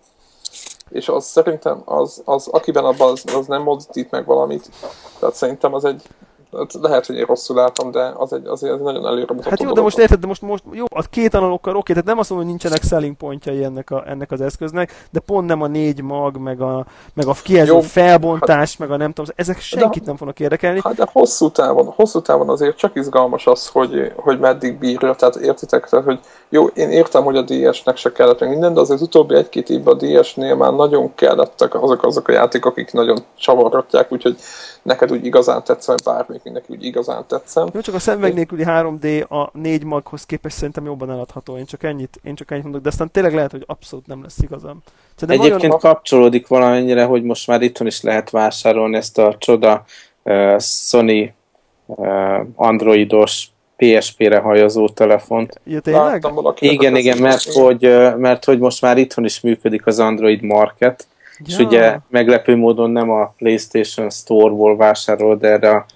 És az szerintem, az, az akiben abban az, az nem mozdít meg valamit, tehát szerintem az egy, lehet, hogy én rosszul látom, de az egy, azért nagyon előre mutató. Hát jó, de most érted, de most, most jó, a két analókkal oké, tehát nem azt mondom, hogy nincsenek selling pontjai ennek, a, ennek az eszköznek, de pont nem a négy mag, meg a, meg a kijelző felbontás, hát, meg a nem tudom, ezek senkit de, nem fognak érdekelni. Hát de hosszú távon, hosszú távon azért csak izgalmas az, hogy, hogy meddig bírja, tehát értitek, tehát, hogy jó, én értem, hogy a dé es-nek se kellett meg minden, de azért az utóbbi egy-két évben a dé es-nél már nagyon kellettek azok, azok a játékok, akik nagyon csavargatják, úgyhogy neked úgy igazán tetszem, bármik mindenki úgy igazán tetszem. Jó, csak a szemüveg nélküli három dé a négy maghoz képest szerintem jobban eladható. Én csak ennyit, én csak ennyit mondok, de aztán tényleg lehet, hogy abszolút nem lesz igazam. Szerintem egyébként nagyon... kapcsolódik valamennyire, hogy most már itthon is lehet vásárolni ezt a csoda uh, Sony uh, androidos pé es pé-re hajazó telefont. Ja, tényleg? Igen, igen, mert hogy, uh, mert hogy most már itthon is működik az Android Market, ja. És ugye meglepő módon nem a PlayStation Store-ból vásárol, de erre a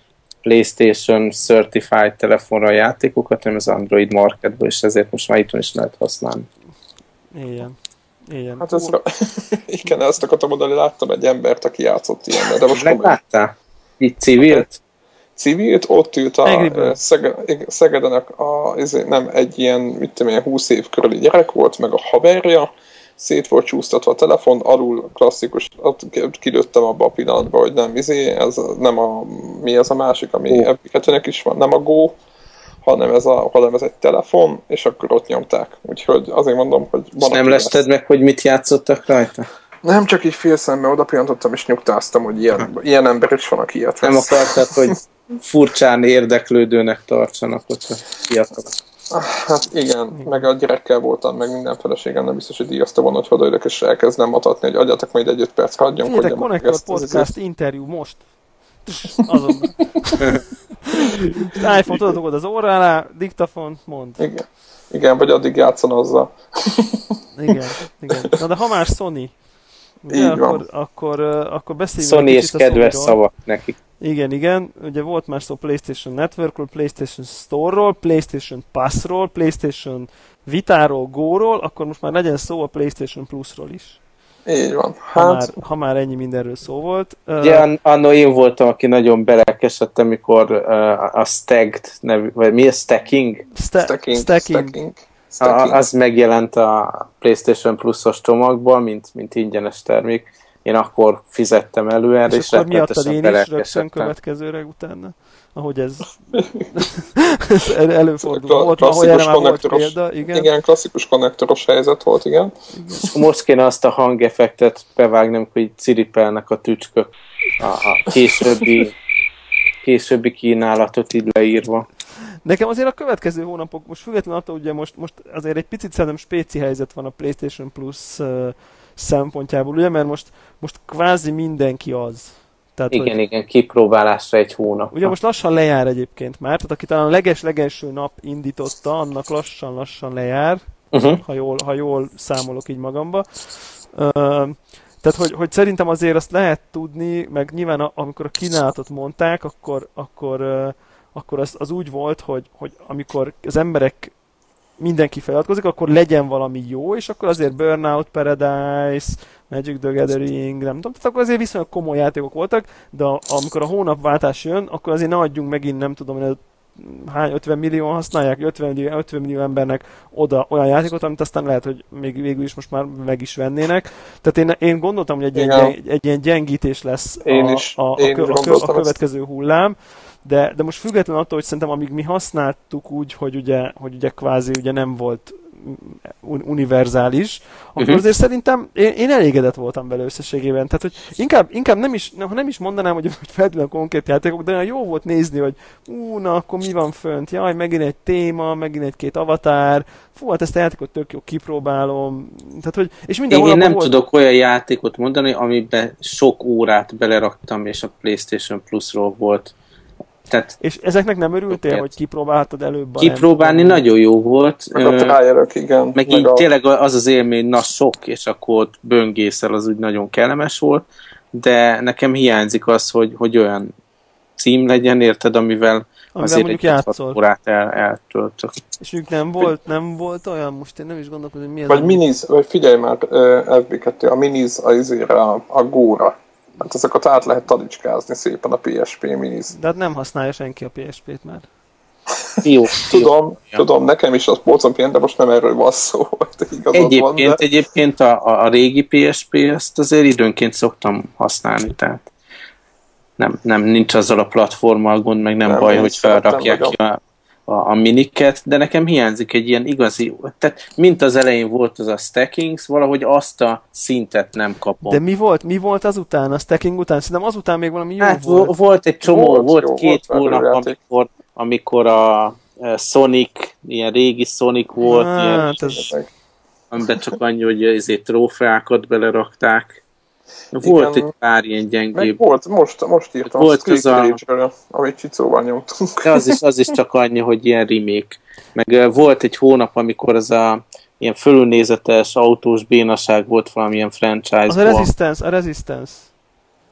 PlayStation Certified telefonra a játékokat, hanem az Android Marketből, és ezért most már itthon is lehet használni. Igen. Igen. Hát ez, igen, ezt akartam mondani, láttam egy embert, aki játszott ilyen, de most nem... Megláttál? Így civilt? Civilt, ott ült a Szege, Szegedenek a, nem egy ilyen, mit tudom, ilyen húsz év körüli gyerek volt, meg a haverja, szét volt csúsztatva a telefon, alul klasszikus, ott kilőttem abba a pillanatban, hogy nem izé, ez nem a, mi ez a másik, ami oh. Epic is van, nem a Go, hanem ez, a, hanem ez egy telefon, és akkor ott nyomták. Úgyhogy azért mondom, hogy... És nem lested meg, hogy mit játszottak rajta? Nem, csak így fél szemben oda pillantottam, és nyugtáztam, hogy ilyen, ilyen ember is van, aki ilyet vesz. Nem akartad, hogy furcsán érdeklődőnek tartsanak ott a fiatalok. Hát igen, meg a gyerekkel voltam, meg minden feleségem nem biztos, hogy díjazta volna, hogy odaülök, és elkezdem mutatni, hogy adjatok majd egy öt perc, hagyjon. Figyeljetek, Connector Podcast interjú most. Azonnal. Az iPhone-t odatok az óra alá, diktafon, mond. Igen. Igen, vagy addig játszon azzal. Igen, igen. Na de ha már Sony, ugye, így akkor, van. akkor, akkor beszéljünk Sony és kedves szavak neki. Igen, igen. Ugye volt már szó PlayStation Networkről, PlayStation Store-ról, PlayStation Pass-ról, PlayStation Vitáról, Go-ról, akkor most már legyen szó a PlayStation Plus-ról is. Így van. Hát... Ha, már, ha már ennyi mindenről szó volt. Ugye uh... anno én voltam, aki nagyon belekesett, amikor uh, a Stacked nevű, vagy mi a Stacking? Sta- stacking. Stacking. Stacking. A, az megjelent a PlayStation Plus-os csomagban, mint, mint ingyenes termék. Én akkor fizettem elő erre, és, és akkor miattad én is rögtön következőre utána. Ahogy ez, ez előfordul. Volt, ahol erre már volt példa. Igen. igen, klasszikus konnektoros helyzet volt, igen. igen. Most kéne azt a hangeffektet bevágni, hogy ciripelnek a tücskök a, a későbbi, későbbi kínálatot így leírva. Nekem azért a következő hónapok, most függetlenül attól, ugye most, most azért egy picit szerintem spéci helyzet van a PlayStation Plus uh, szempontjából, ugye, mert most, most kvázi mindenki az. Tehát, igen, hogy, igen, kipróbálásra egy hónap. Ugye most lassan lejár egyébként már, tehát aki talán a leges-legelső nap indította, annak lassan-lassan lejár, uh-huh. ha, jól, ha jól számolok így magamba. Uh, tehát, hogy, hogy szerintem azért azt lehet tudni, meg nyilván a, amikor a kínálatot mondták, akkor, akkor, uh, akkor az, az úgy volt, hogy, hogy amikor az emberek mindenki feliratkozik, akkor legyen valami jó, és akkor azért Burnout Paradise, Magic the Gathering, nem tudom, tehát akkor azért viszonylag komoly játékok voltak, de a, amikor a hónapváltás jön, akkor azért ne adjunk megint, nem tudom, hogy hány ötven millió használják, ötven millió, ötven millió embernek oda olyan játékot, amit aztán lehet, hogy még végül is most már meg is vennének. Tehát én, én gondoltam, hogy egy ilyen, gyeng, egy ilyen gyengítés lesz a, a, a, a, kö, a, kö, a következő hullám, de, de most függetlenül attól, hogy szerintem amíg mi használtuk úgy, hogy ugye, hogy ugye kvázi ugye nem volt univerzális, akkor uh-huh. azért szerintem én, én elégedett voltam vele összességében. Tehát, hogy inkább, inkább nem is, ha nem is mondanám, hogy, hogy feltétlenül konkrét játékok, de jó volt nézni, hogy ú, na, akkor mi van fönt? Jaj, megint egy téma, megint egy-két avatár, fú, hát ezt a játékot tök jó, kipróbálom. Tehát, hogy, és minden én, én nem volt... tudok olyan játékot mondani, amiben sok órát beleraktam, és a PlayStation Plus-ról volt. Tehát, és ezeknek nem örültél, okay. hogy kipróbáltad előbb? Kipróbálni nem, nagyon jó volt. Meg a trialok, igen. Meg, meg így a... tényleg az az élmény, na sok, és akkor ott böngészel, az úgy nagyon kellemes volt, de nekem hiányzik az, hogy, hogy olyan cím legyen, érted, amivel, amivel azért egy hat órát el, eltöltök. És ők nem volt, nem volt olyan, most én nem is gondolkodom, hogy mi az. Vagy minis, vagy figyelj már, ef bé kettő, a minis azért a, a góra. Hát ezeket át lehet talicskázni szépen a pé es pé minis. De hát nem használja senki a pé es pét már. Jó, tudom, jó. tudom, nekem is az polcon pént, de most nem erről van szó. Egyébként, van, de... egyébként a, a régi pé es pé ezt azért időnként szoktam használni, tehát nem, nem nincs azzal a platformmal gond, meg nem, nem baj, hogy felrakják ki a, a, a miniket, de nekem hiányzik egy ilyen igazi, tehát mint az elején volt az a Stackings, valahogy azt a szintet nem kapom. De mi volt, mi volt azután, a Stacking után? Szerintem azután még valami jó hát, volt. Volt egy csomó, volt, volt jó, két volt hónap, amikor, amikor a Sonic, ilyen régi Sonic volt, hát, ilyen, ez... amiben csak annyi, hogy ezért trófeákat belerakták. Volt igen, egy pár ilyen gyengébb. Volt, most, most írtam volt a Street a... Rage-ről, amit Csicóval nyomtunk. De az is, az is csak annyi, hogy ilyen remake. Meg uh, volt egy hónap, amikor az a ilyen fölülnézetes autós bénaság volt valamilyen franchise-ból. Az a Resistance, a Resistance.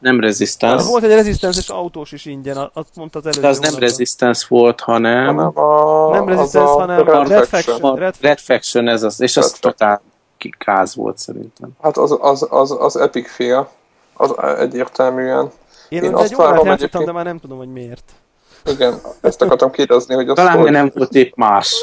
Nem Resistance. Volt egy Resistance-es autós is ingyen, azt mondta az előző De az nem hónapban. Resistance volt, hanem... hanem a, Nem Resistance, az a hanem Red, Red Faction. Faction. Red, Red Faction, ez az, és Red az Faction. totál káz volt szerintem. Hát az, az, az, az Epic fél. Az egyértelműen. Én, Én Én azt egy órát várom játszottam, egyébként- de már nem tudom, hogy miért. Igen, ezt akartam kérdezni, hogy az Talán hogy... nem volt épp más.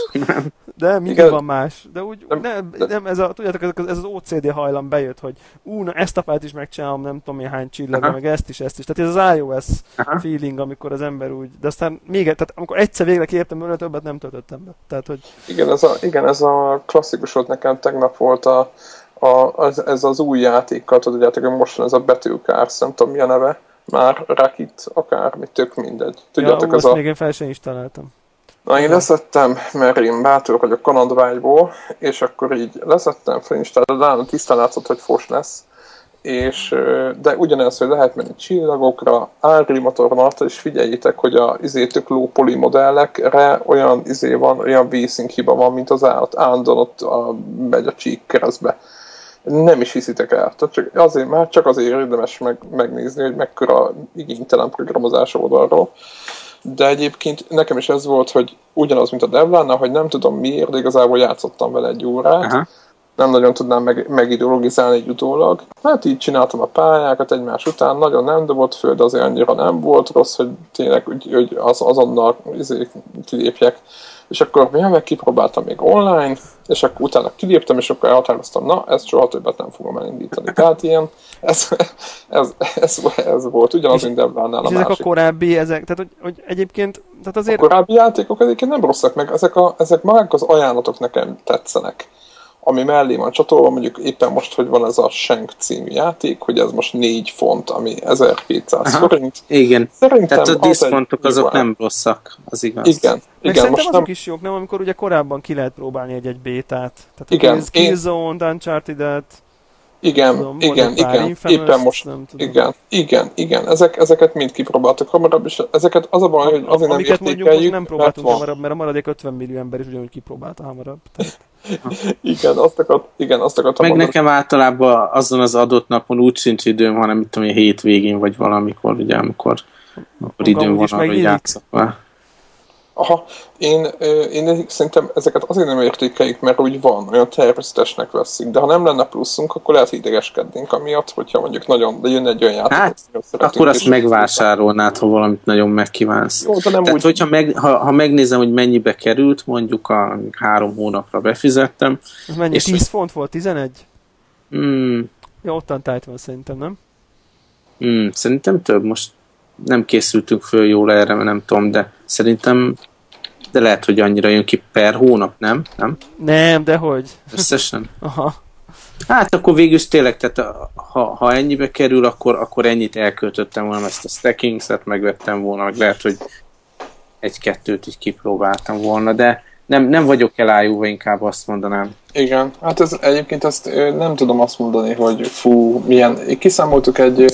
De mindig Igen. van más. De úgy, Nem- nem, de- nem ez, a, tudjátok, ez, ez az o cé dé hajlam bejött, hogy ú, na ezt a fájlt is megcsinálom, nem tudom én hány csillagra, Aha. meg ezt is, ezt is. Tehát ez az iOS Aha. feeling, amikor az ember úgy, de aztán még, tehát amikor egyszer végre kiértem belőle, többet nem töltöttem be. Tehát, hogy Igen, ez a, igen, ez a klasszikus volt nekem, tegnap volt a, a, az, ez az új játékkal, tudjátok, hogy most van ez a Battlecars, nem tudom mi a neve, már Rakit, akármi, tök mindegy. Tudjátok, ja, ez azt a... még én fel sem instaláltam. Na, én leszettem, mert én bátor vagyok kalandvágyból, és akkor így leszettem, felinstaláltam, de nálam tisztán látszott, hogy fos lesz. És, ö, de ugyanez, hogy lehet menni csillagokra, Unreal Motornal, és figyeljétek, hogy a izé tök low poly modellekre olyan izé van, olyan v-sync hiba van, mint az állat, állandóan ott a, megy a csík keresztbe. Nem is hiszitek el. Tehát csak azért, már csak azért érdemes meg, megnézni, hogy mekkora igénytelen programozás oldalról. De egyébként nekem is ez volt, hogy ugyanaz, mint a Devlánnál, hogy nem tudom miért, de igazából játszottam vele egy órát. Aha. Nem nagyon tudnám meg, megideologizálni egy utólag. Hát így csináltam a pályákat egymás után, nagyon nem dobott föl, de azért annyira nem volt rossz, hogy tényleg hogy, hogy az, azonnal izé, kilépjek. És akkor ja, meg kipróbáltam még online, és akkor utána kiléptem, és akkor elhatároztam, na, ezt soha többet nem fogom elindítani. Tehát ilyen, ez, ez, ez, ez volt ugyanaz, mint Devlánnál a És ezek másik. a korábbi, ezek, tehát hogy, hogy egyébként, tehát A azért... korábbi játékok egyébként nem rosszak meg, ezek, a, ezek magák az ajánlatok nekem tetszenek. Ami mellé van csatolva, mondjuk éppen most, hogy van ez a Shank című játék, hogy ez most négy font, ami ezerkétszáz Aha. forint. Igen. Szerintem Tehát a az egy diszpontok azok jó nem rosszak, az igaz. Igen, Meg igen, szerintem most azok nem... is jók, nem? Amikor ugye korábban ki lehet próbálni egy-egy bétát. Tehát Igen, a Killzone, Uncharted-et, Igen, tudom, volt igen, egy pár igen, Infamous, éppen most, nem tudom. igen, igen, igen, ezek, ezeket mind kipróbáltak hamarabb, és ezeket az a baj, hogy azért nem Amiket mondjuk most értékeljük, nem mert próbáltunk van. hamarabb, mert a maradék ötven millió ember is ugyanúgy kipróbálta hamarabb. Tehát, Igen, azt akart, igen, azt akartam Meg mondani. nekem általában azon az adott napon úgy sincs időm, hanem mit tudom én, hétvégén vagy valamikor, ugye, amikor, amikor időm amúgy van is arra, hogy megnyílik. játszok vele. Aha, én, ö, én szerintem ezeket azért nem értékeljük, mert úgy van, olyan természetesnek veszik, de ha nem lenne pluszunk, akkor lehet idegeskednénk amiatt, hogyha mondjuk nagyon, de jönne egy olyan játék, Hát, amit szeretünk, akkor azt és- megvásárolnád, ha valamit nagyon megkívánsz. Jó, de nem Tehát, úgy, hogyha meg, ha, ha megnézem, hogy mennyibe került, mondjuk a három hónapra befizettem, ez mennyi? És- tíz font volt? tizenegy? hmm, Ja, ottan tájt van szerintem, nem? hmm, szerintem több, most nem készültünk föl jól erre, mert nem tudom, de szerintem de lehet, hogy annyira jön ki per hónap, nem? Nem? Nem, dehogy. Összesen? Aha. Hát akkor végül is tényleg, tehát ha, ha ennyibe kerül, akkor, akkor ennyit elköltöttem volna, ezt a stacking-set megvettem volna, meg lehet, hogy egy-kettőt így kipróbáltam volna, de nem, nem vagyok elájúva, inkább azt mondanám. igen, hát ez egyébként ezt ö, nem tudom azt mondani, hogy fú, milyen, kiszámoltuk egy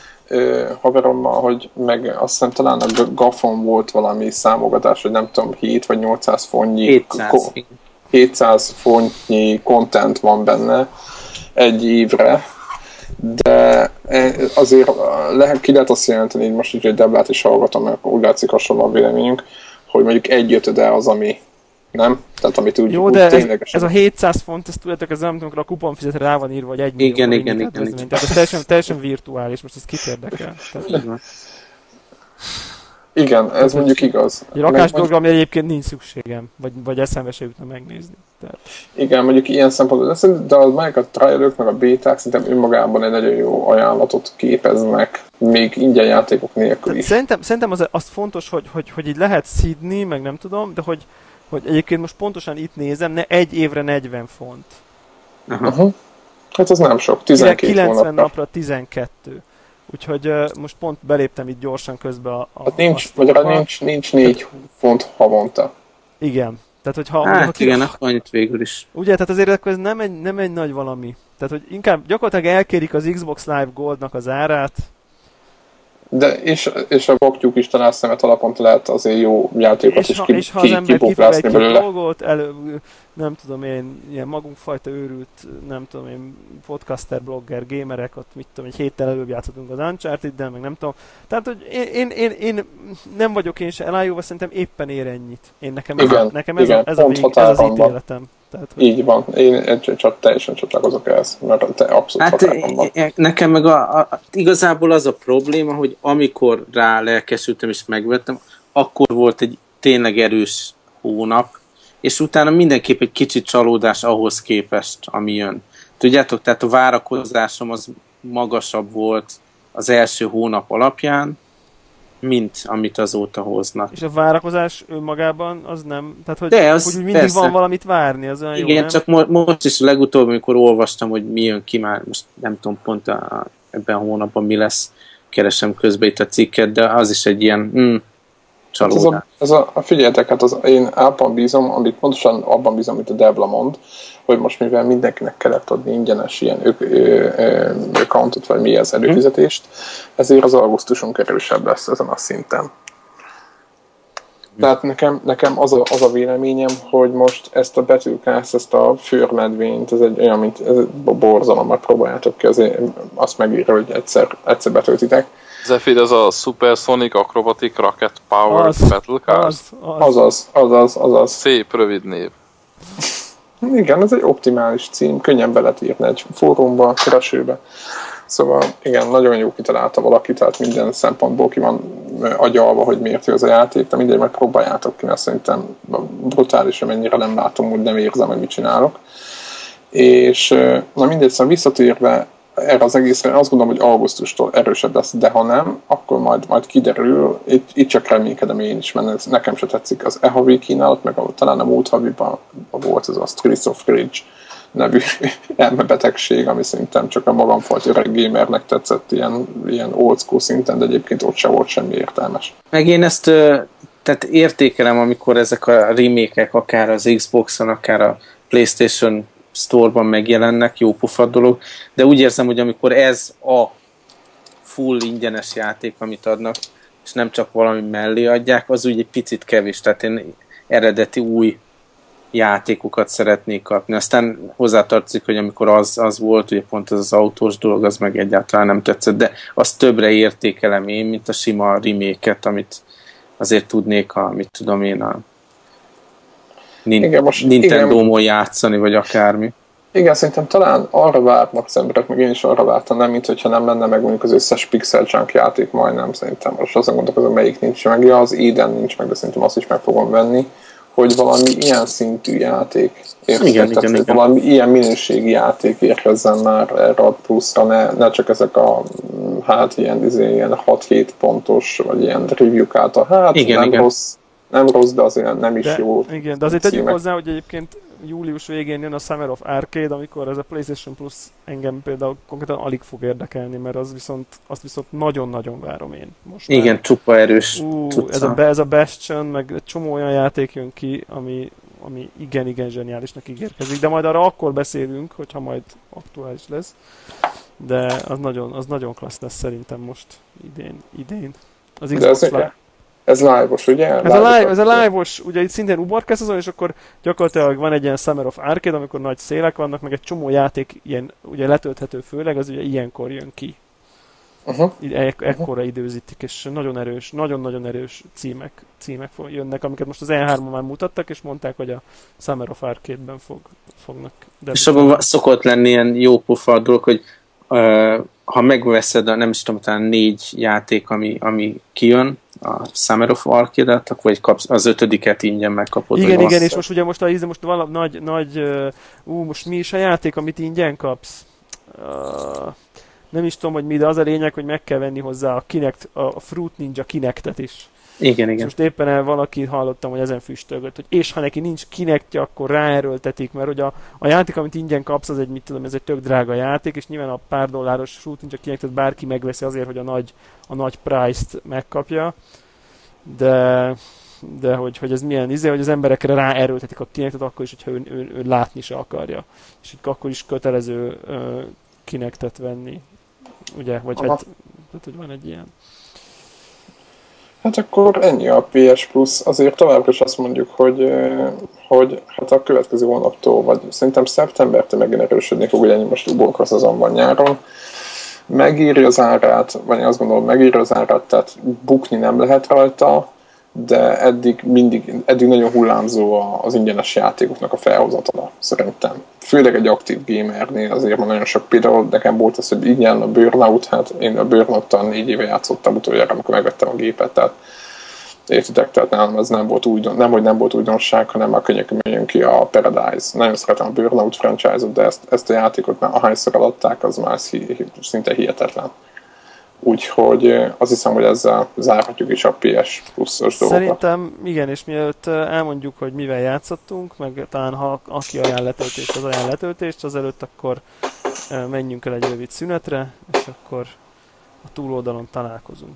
ö, haverommal, hogy meg azt hiszem talán a Gafon volt valami számogatás, hogy nem tudom, hét vagy nyolcszáz fontnyi hétszáz. ko- hétszáz fontnyi content van benne egy évre, de azért lehet, ki lehet azt jelenteni, így most így, hogy Deblát is hallgatom, mert úgy látszik hasonló a véleményünk, hogy mondjuk egy ötöde az, ami nem? Tehát amit úgy, Jó, úgy de ez, ténylegesen... ez a hétszáz font, ezt tudjátok, ez nem tudom, amikor a kuponfizetre rá van írva, hogy egy millió Igen, forintnyi igen, igen, kedvezmény. igen. Tehát ez teljesen, teljesen virtuális, most ez kit érdekel. Tehát, Így van. Igen, ez mondjuk igaz. egy rakás Meg- dolgra, ami egyébként nincs szükségem, vagy, vagy eszembe se jutna megnézni. Tehát, Igen, mondjuk ilyen szempontból, de szerintem- de meg a trialök, meg a béták szerintem önmagában egy nagyon jó ajánlatot képeznek, még ingyen játékok nélkül tehát is. szerintem, szerintem az, az fontos, hogy, hogy, hogy így lehet szidni, meg nem tudom, de hogy, hogy egyébként most pontosan itt nézem, ne egy évre negyven font. Aha. Uh-huh. Hát az nem sok, tizenkét kilencven hónapra. napra tizenkettő. Úgyhogy uh, most pont beléptem itt gyorsan közbe a... a Hát nincs, a magyarán sztorba. nincs, nincs négy font havonta. Igen. Tehát, hogyha... ha Hát ki- igen, akkor annyit végül is. Ugye, tehát azért akkor ez nem egy, nem egy nagy valami. Tehát, hogy inkább gyakorlatilag elkérik az Xbox Live Goldnak az árát, De és, és a boktyúk is talán szemet alaponta lehet azért jó játékot és is ha, ki, és ha az ki, ember kifog kipoflászni egy belőle. dolgot, elő, nem tudom én, ilyen magunkfajta őrült, nem tudom én, podcaster, blogger, gamerek, ott mit tudom, egy héttel előbb játszottunk az Uncharted-del, meg nem tudom. Tehát, hogy én, én, én, én nem vagyok én se elájúva, szerintem éppen ér ennyit. Én nekem ez, Igen, a, nekem ez, igen, a, ez, a vég, ez az ítéletem. Tehát, hogy... Így van, én csak teljesen csatlakozok ehhez, mert te abszolút hát határban van. Nekem meg a, a, igazából az a probléma, hogy amikor rá lelkesültem és megvettem, akkor volt egy tényleg erős hónap, és utána mindenképp egy kicsit csalódás ahhoz képest, ami jön. Tudjátok, tehát a várakozásom az magasabb volt az első hónap alapján, mint amit azóta hoznak. És a várakozás önmagában az nem, tehát hogy, De az, hogy úgy mindig persze. van valamit várni, az olyan igen, jó, nem? csak mo- most is legutóbb, amikor olvastam, hogy mi jön ki már, most nem tudom pont a, ebben a hónapban mi lesz, keresem közben itt a cikket, de az is egy ilyen mm, csalódás. Hát ez a, ez a, figyeljetek, hát az, én abban bízom, amit pontosan abban bízom, amit a Debla mond, hogy most mivel mindenkinek kellett adni ingyenes ilyen ök, ö, ö, accountot, vagy mi az előfizetést, ezért az augusztusunk erősebb lesz ezen a szinten. Tehát nekem, nekem az, a, az a véleményem, hogy most ezt a betűkász, ezt a főrmedvényt, ez egy olyan, mint ez borzalom, meg próbáljátok ki, azért azt megírja, hogy egyszer, egyszer betöltitek. Zephyr, ez a Supersonic Acrobatic Rocket Powered Az, Battle Card? az, az. Azaz, azaz, azaz. Szép, rövid név. Igen, ez egy optimális cím, könnyen be lehet írni egy fórumba, keresőbe. Szóval igen, nagyon jó kitalálta valaki, tehát minden szempontból ki van agyalva, hogy miért jó az a játék, de mindegy, meg próbáljátok ki, mert szerintem brutális, amennyire nem látom, úgy nem érzem, hogy mit csinálok. És na mindegy, szóval visszatérve erre az egészre, azt gondolom, hogy augusztustól erősebb lesz, de ha nem, akkor majd, majd kiderül, itt, itt csak reménykedem én is, mert ez nekem se tetszik az e havi kínálat, meg a, talán a múlt haviban volt ez a Streets of Rage nevű elmebetegség, ami szerintem csak a magamfajta öreg gamernek tetszett ilyen, ilyen old school szinten, de egyébként ott se volt semmi értelmes. Meg én ezt tehát értékelem, amikor ezek a remake-ek akár az Xboxon, akár a PlayStation Store-ban megjelennek, jó pofa dolog, de úgy érzem, hogy amikor ez a full ingyenes játék, amit adnak, és nem csak valami mellé adják, az úgy egy picit kevés, tehát én eredeti új játékokat szeretnék kapni. Aztán hozzátartozik, hogy amikor az, az volt, ugye pont az az autós dolog, az meg egyáltalán nem tetszett, de azt többre értékelem én, mint a sima remake-et, amit azért tudnék a, mit tudom én, a igen, most, Nintendo-mon játszani, vagy akármi. Igen, szerintem talán arra várnak az emberek, meg én is arra vártam, nem, mint hogyha nem lenne meg mondjuk az összes Pixel Junk játék majdnem, szerintem most azon gondolkozom, melyik nincs meg. Ja, az Eden nincs meg, de szerintem azt is meg fogom venni, hogy valami ilyen szintű játék érkezzen, igen, igen, igen. valami ilyen minőségi játék érkezzen már erre a pluszra, ne, ne csak ezek a hát ilyen, ilyen hat-hét pontos, vagy ilyen review-k által, hát igen, nem igen. rossz, nem rossz, de azért nem is de, jó. Igen, de azért tegyük hozzá, hogy egyébként július végén jön a Summer of Arcade, amikor ez a PlayStation Plus engem például konkrétan alig fog érdekelni, mert az viszont, azt viszont nagyon-nagyon várom én most. Igen, már. csupa erős. Ú, ez a, ez a Bastion, meg egy csomó olyan játék jön ki, ami, ami igen-igen zseniálisnak ígérkezik, de majd arra akkor beszélünk, hogyha majd aktuális lesz. De az nagyon, az nagyon klassz lesz szerintem most idén. idén. Az Xbox Live. Ez live-os, ugye? Ez live a, live, ez a live-os, ugye itt szintén uborkász azon, és akkor gyakorlatilag van egy ilyen Summer of Arcade, amikor nagy szélek vannak, meg egy csomó játék ilyen, ugye letölthető főleg, az ugye ilyenkor jön ki. Uh-huh. Ek- ekkora időzítik, és nagyon erős, nagyon-nagyon erős címek, címek jönnek, amiket most az E hármon már mutattak, és mondták, hogy a Summer of Arcade-ben fog, fognak. És abban szokott lenni ilyen jó pofa dolog, hogy uh, ha megveszed a, nem is tudom, talán négy játék, ami, ami kijön, a Summer of Arcade-et, akkor egy kapsz, az ötödiket ingyen megkapod. Igen, igen, és most ugye most, a, most valami nagy, nagy, ú, most mi is a játék, amit ingyen kapsz? Uh, nem is tudom, hogy mi, de az a lényeg, hogy meg kell venni hozzá a, Kinect, a Fruit Ninja Kinectet is. Igen, igen. És most éppen el valaki hallottam, hogy ezen füstölgött, hogy és ha neki nincs Kinectje, akkor ráerőltetik, mert hogy a, a játék, amit ingyen kapsz, az egy, mit tudom, ez egy tök drága játék, és nyilván a pár dolláros Fruit Ninja Kinectet bárki megveszi azért, hogy a nagy, a nagy price-t megkapja, de, de hogy, hogy ez milyen izé, hogy az emberekre ráerőltetik a Kinectet, akkor is, hogyha ő, ő, ő látni se akarja. És akkor is kötelező uh, Kinectet venni. Ugye, vagy hát, hát, hogy van egy ilyen. Hát akkor ennyi a pé es Plus. Azért továbbra is azt mondjuk, hogy, hogy hát a következő hónaptól, vagy szerintem szeptembertől megint erősödni fog, ugye most uborka szezonban nyáron. Megírja az árát, vagy azt gondolom megírja az árát, tehát bukni nem lehet rajta, de eddig mindig, eddig nagyon hullámzó az ingyenes játékoknak a felhozatala, szerintem. Főleg egy aktív gamernél azért van nagyon sok, például nekem volt az, hogy igen, a Burnout, hát én a Burnout-tal négy éve játszottam utoljára, amikor megvettem a gépet, tehát értitek, tehát nálam ez nem volt újdon, nem, hogy nem volt újdonság, hanem a könnyekön jön ki a Paradise. Nagyon szeretem a Burnout franchise-ot, de ezt, ezt a játékot már ahányszor adták, az már szinte hihetetlen. Úgyhogy azt hiszem, hogy ezzel zárhatjuk is a pé es Plus-os dolgokat. Szerintem igen, és mielőtt elmondjuk, hogy mivel játszottunk, meg talán ha aki ajánl letöltést, az ajánl letöltést, azelőtt akkor menjünk el egy rövid szünetre, és akkor a túloldalon találkozunk.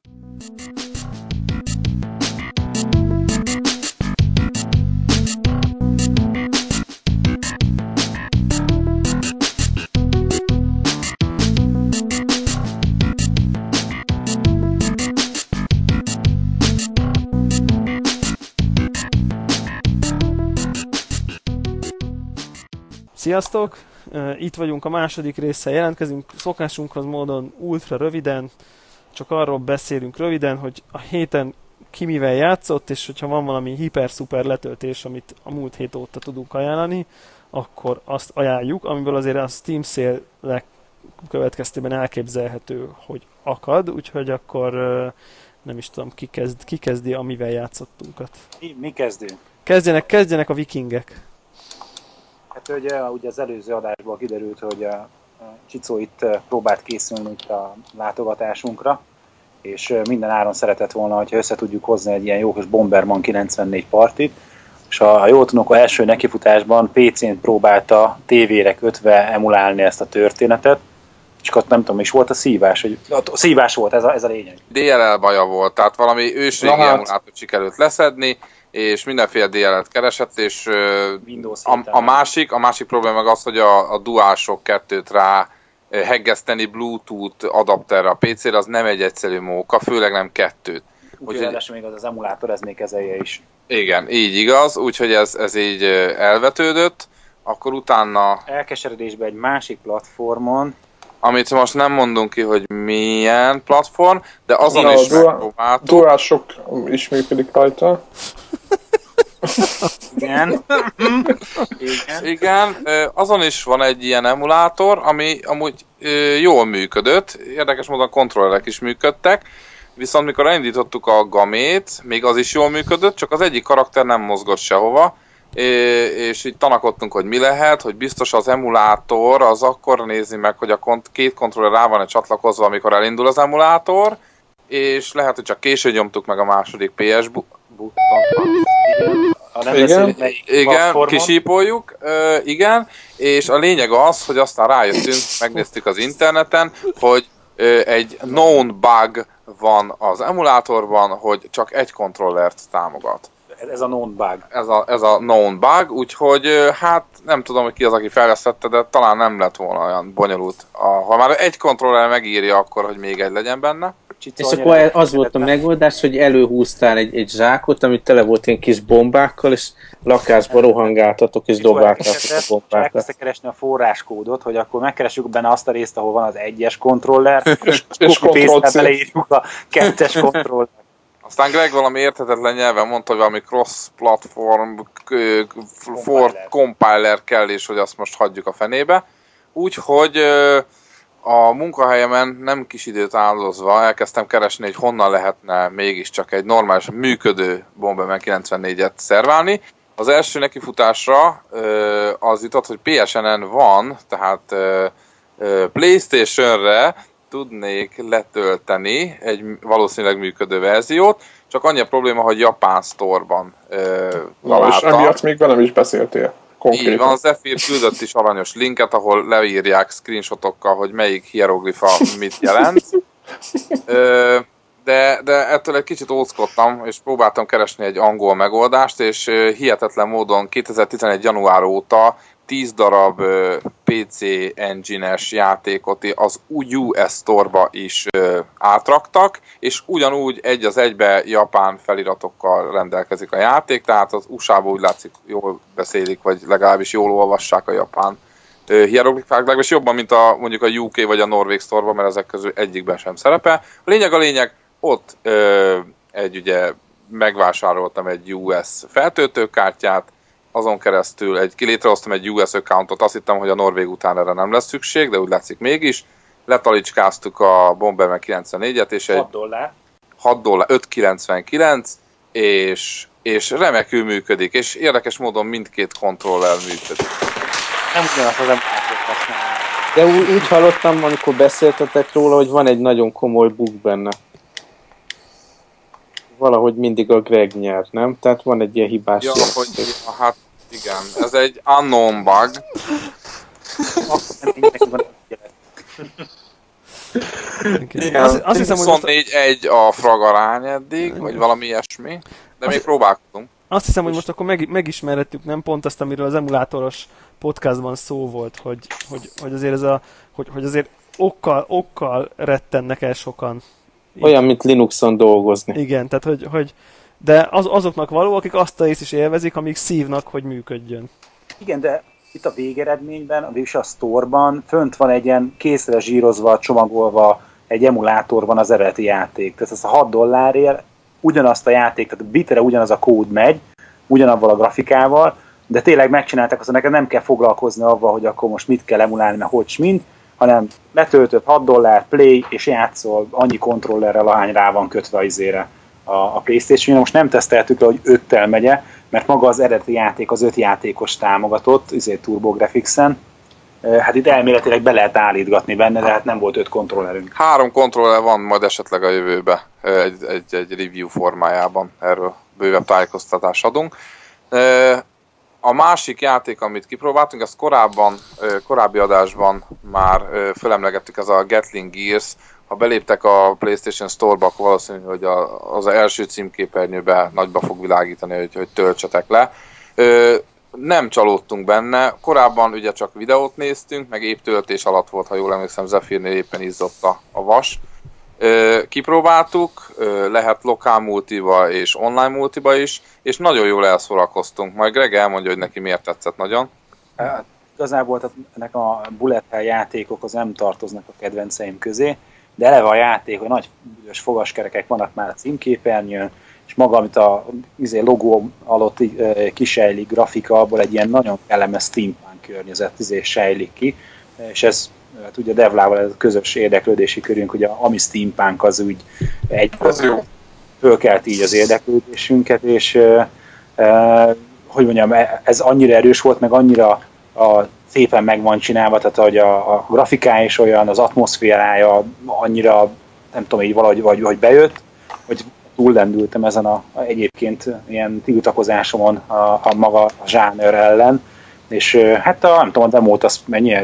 Sziasztok! Itt vagyunk a második résszel, jelentkezünk szokásunkhoz módon ultra röviden, csak arról beszélünk röviden, hogy a héten ki mivel játszott, és hogyha van valami hiper-szuper letöltés, amit a múlt hét óta tudunk ajánlani, akkor azt ajánljuk, amiből azért a Steam Sale következtében elképzelhető, hogy akad, úgyhogy akkor nem is tudom, ki, kezd, ki kezdi, amivel játszottunkat. Mi, mi kezdünk? Kezdjenek, kezdjenek a vikingek. Hát ugye, ugye az előző adásból kiderült, hogy a Csicó itt próbált készülni itt a látogatásunkra, és minden áron szeretett volna, hogyha össze tudjuk hozni egy ilyen jó kis Bomberman kilencvennégy partit, és ha jól tudom, akkor első nekifutásban pé cén próbálta tévére kötve emulálni ezt a történetet, csak ott nem tudom, is volt a szívás, hogy a szívás volt, ez a, ez a lényeg. dé el el baja volt, tehát valami ősrégi hát. emulátort sikerült leszedni, és mindenféle dé el el-et keresett, és a, a, másik, a másik probléma meg az, hogy a, a DualShock kettőt rá heggeszteni Bluetooth adapterre a pé cére, az nem egy egyszerű móka, főleg nem kettőt. Úgyhogy ráadásul még az az emulátor, ez még kezelje is. Igen, így igaz, úgyhogy ez, ez így elvetődött, akkor utána... Elkeseredésben egy másik platformon, amit most nem mondunk ki, hogy milyen platform, de azon Na, is Dual, megpróbáltuk. DualShock is működik rajta. Igen. Igen. Igen, azon is van egy ilyen emulátor, ami amúgy jól működött, érdekes módon a kontrollerek is működtek, viszont mikor elindítottuk a gamét, még az is jól működött, csak az egyik karakter nem mozgott sehova, és így tanakodtunk, hogy mi lehet, hogy biztos az emulátor az akkor nézi meg, hogy a kont- két kontroller rá van csatlakozva, amikor elindul az emulátor, és lehet, hogy csak későn nyomtuk meg a második pé es button. Igen, igen kisípoljuk, uh, igen, és a lényeg az, hogy aztán rájöttünk, megnéztük az interneten, hogy uh, egy known bug van az emulátorban, hogy csak egy kontrollert támogat. Ez a known bug. Ez a, ez a known bug, úgyhogy hát nem tudom, hogy ki az, aki fejlesztette, de talán nem lett volna olyan bonyolult. A, ha már egy kontroller megírja, akkor, hogy még egy legyen benne. És akkor az volt a megoldás, hogy előhúztál egy, egy zsákot, amit tele volt ilyen kis bombákkal, és lakásba rohangáltatok és dobáltatok a bombákat. Elkezdte keresni a forráskódot, hogy akkor megkeressük benne azt a részt, ahol van az egyes kontroller, és, és copy-paste-tel beleírjuk a kettes kontroller. Aztán Greg valami érthetetlen nyelven mondta, hogy valami cross-platform for compiler kell, és hogy azt most hagyjuk a fenébe. Úgyhogy a munkahelyemen nem kis időt áldozva elkezdtem keresni, hogy honnan lehetne mégiscsak egy normális működő Bomberman kilencvennégyet szerválni. Az első nekifutásra az jutott, hogy pé es en-en van, tehát PlayStation-re tudnék letölteni egy valószínűleg működő verziót, csak annyi a probléma, hogy japán sztorban Na, és emiatt még velem is beszéltél. Konkrétan. Így van, Zephyr küldött is aranyos linket, ahol leírják screenshotokkal, hogy melyik hieroglifa mit jelent. De, de ettől egy kicsit óckodtam, és próbáltam keresni egy angol megoldást, és hihetetlen módon kétezer-tizenegy január óta tíz darab pé cé engine-es játékot az u es Store-ba is ö, átraktak, és ugyanúgy egy az egybe japán feliratokkal rendelkezik a játék, tehát az u es á-ban úgy látszik jól beszélik, vagy legalábbis jól olvassák a japán ö, hieroglifák, legalábbis jobban, mint a, mondjuk a u ká vagy a Norvég Store-ban, mert ezek közül egyikben sem szerepel. A lényeg a lényeg, ott ö, egy ugye megvásároltam egy u es feltöltőkártyát, azon keresztül egy, létrehoztam egy u es accountot, azt hittem, hogy a Norvég után erre nem lesz szükség, de úgy látszik mégis. Letalicskáztuk a Bomberman kilencvennégyet, és egy hat dollár. hat dollár, öt kilencvenkilenc, és, és remekül működik, és érdekes módon mindkét kontroller működik. Nem ugyanaz az emulációt használni. De úgy, úgy hallottam, amikor beszéltetek róla, hogy van egy nagyon komoly bug benne. Valahogy mindig a Greg nyer, nem? Tehát van egy ilyen hibás Ja, játék. hogy, ja, hát igen, ez egy unknown bug. Igen. Azt, azt hiszem, hogy most... huszonnégy egy a fragarány eddig, vagy valami ilyesmi, de még próbálkozunk. Azt hiszem, hogy most akkor meg, megismerhettük, nem pont azt, amiről az emulátoros podcastban szó volt, hogy, hogy, hogy azért ez a, hogy, hogy azért okkal, okkal rettennek el sokan. Olyan, mint Linuxon dolgozni. Igen, tehát hogy, hogy de az, azoknak való, akik azt a részt is élvezik, amíg szívnak, hogy működjön. Igen, de itt a végeredményben, a végül a store-ban fönt van egy ilyen készre zsírozva, csomagolva egy emulátor van az eredeti játék. Tehát ez a hat dollárért ugyanazt a játék, tehát bitre ugyanaz a kód megy, ugyanavval a grafikával, de tényleg megcsinálták azt, hogy neked nem kell foglalkozni avval, hogy akkor most mit kell emulálni, mert hogy mind, hanem letöltött hat dollár, play, és játszol annyi kontrollerrel, ahány rá van kötve az izére a, a PlayStation. Most nem teszteltük le, hogy öttel megye, mert maga az eredeti játék az öt játékos támogatott, izé TurboGrafx-en. Hát itt elméletileg be lehet állítgatni benne, de hát nem volt öt kontrollerünk. Három kontroller van majd esetleg a jövőbe egy, egy, egy review formájában, erről bővebb tájékoztatást adunk. A másik játék, amit kipróbáltunk, ezt korábban, korábbi adásban már fölemlegettük, ez a Gatling Gears. Ha beléptek a PlayStation Store-ba, akkor valószínű, hogy az első címképernyőbe nagyba fog világítani, hogy, hogy töltsetek le. Nem csalódtunk benne, korábban ugye csak videót néztünk, meg épp töltés alatt volt, ha jól emlékszem, Zephyrnél éppen izzott a, a vas. Kipróbáltuk, lehet lokál multiba és online multiba is, és nagyon jól elszórakoztunk. Majd Greg elmondja, hogy neki miért tetszett nagyon. Hát, igazából ennek a bullet hell játékok az nem tartoznak a kedvenceim közé, de eleve a játék, hogy nagy büdös fogaskerekek vannak már a címképernyőn, és maga, amit a izé, logó alatt kisejlik grafika, abból egy ilyen nagyon kellemes steampunk környezet izé, sejlik ki, és ez hát ugye a Devlával ez a közös érdeklődési körünk, hogy a, ami steampunk az úgy egy fölkelt így az érdeklődésünket, és e, e, hogy mondjam, ez annyira erős volt, meg annyira a, szépen meg van csinálva, tehát hogy a, a grafikája is olyan, az atmoszférája annyira, nem tudom, így valahogy vagy, vagy bejött, hogy túllendültem ezen a, a egyébként ilyen tiltakozásomon a, a maga a zsáner ellen, és hát a, nem tudom, a demót az mennyire,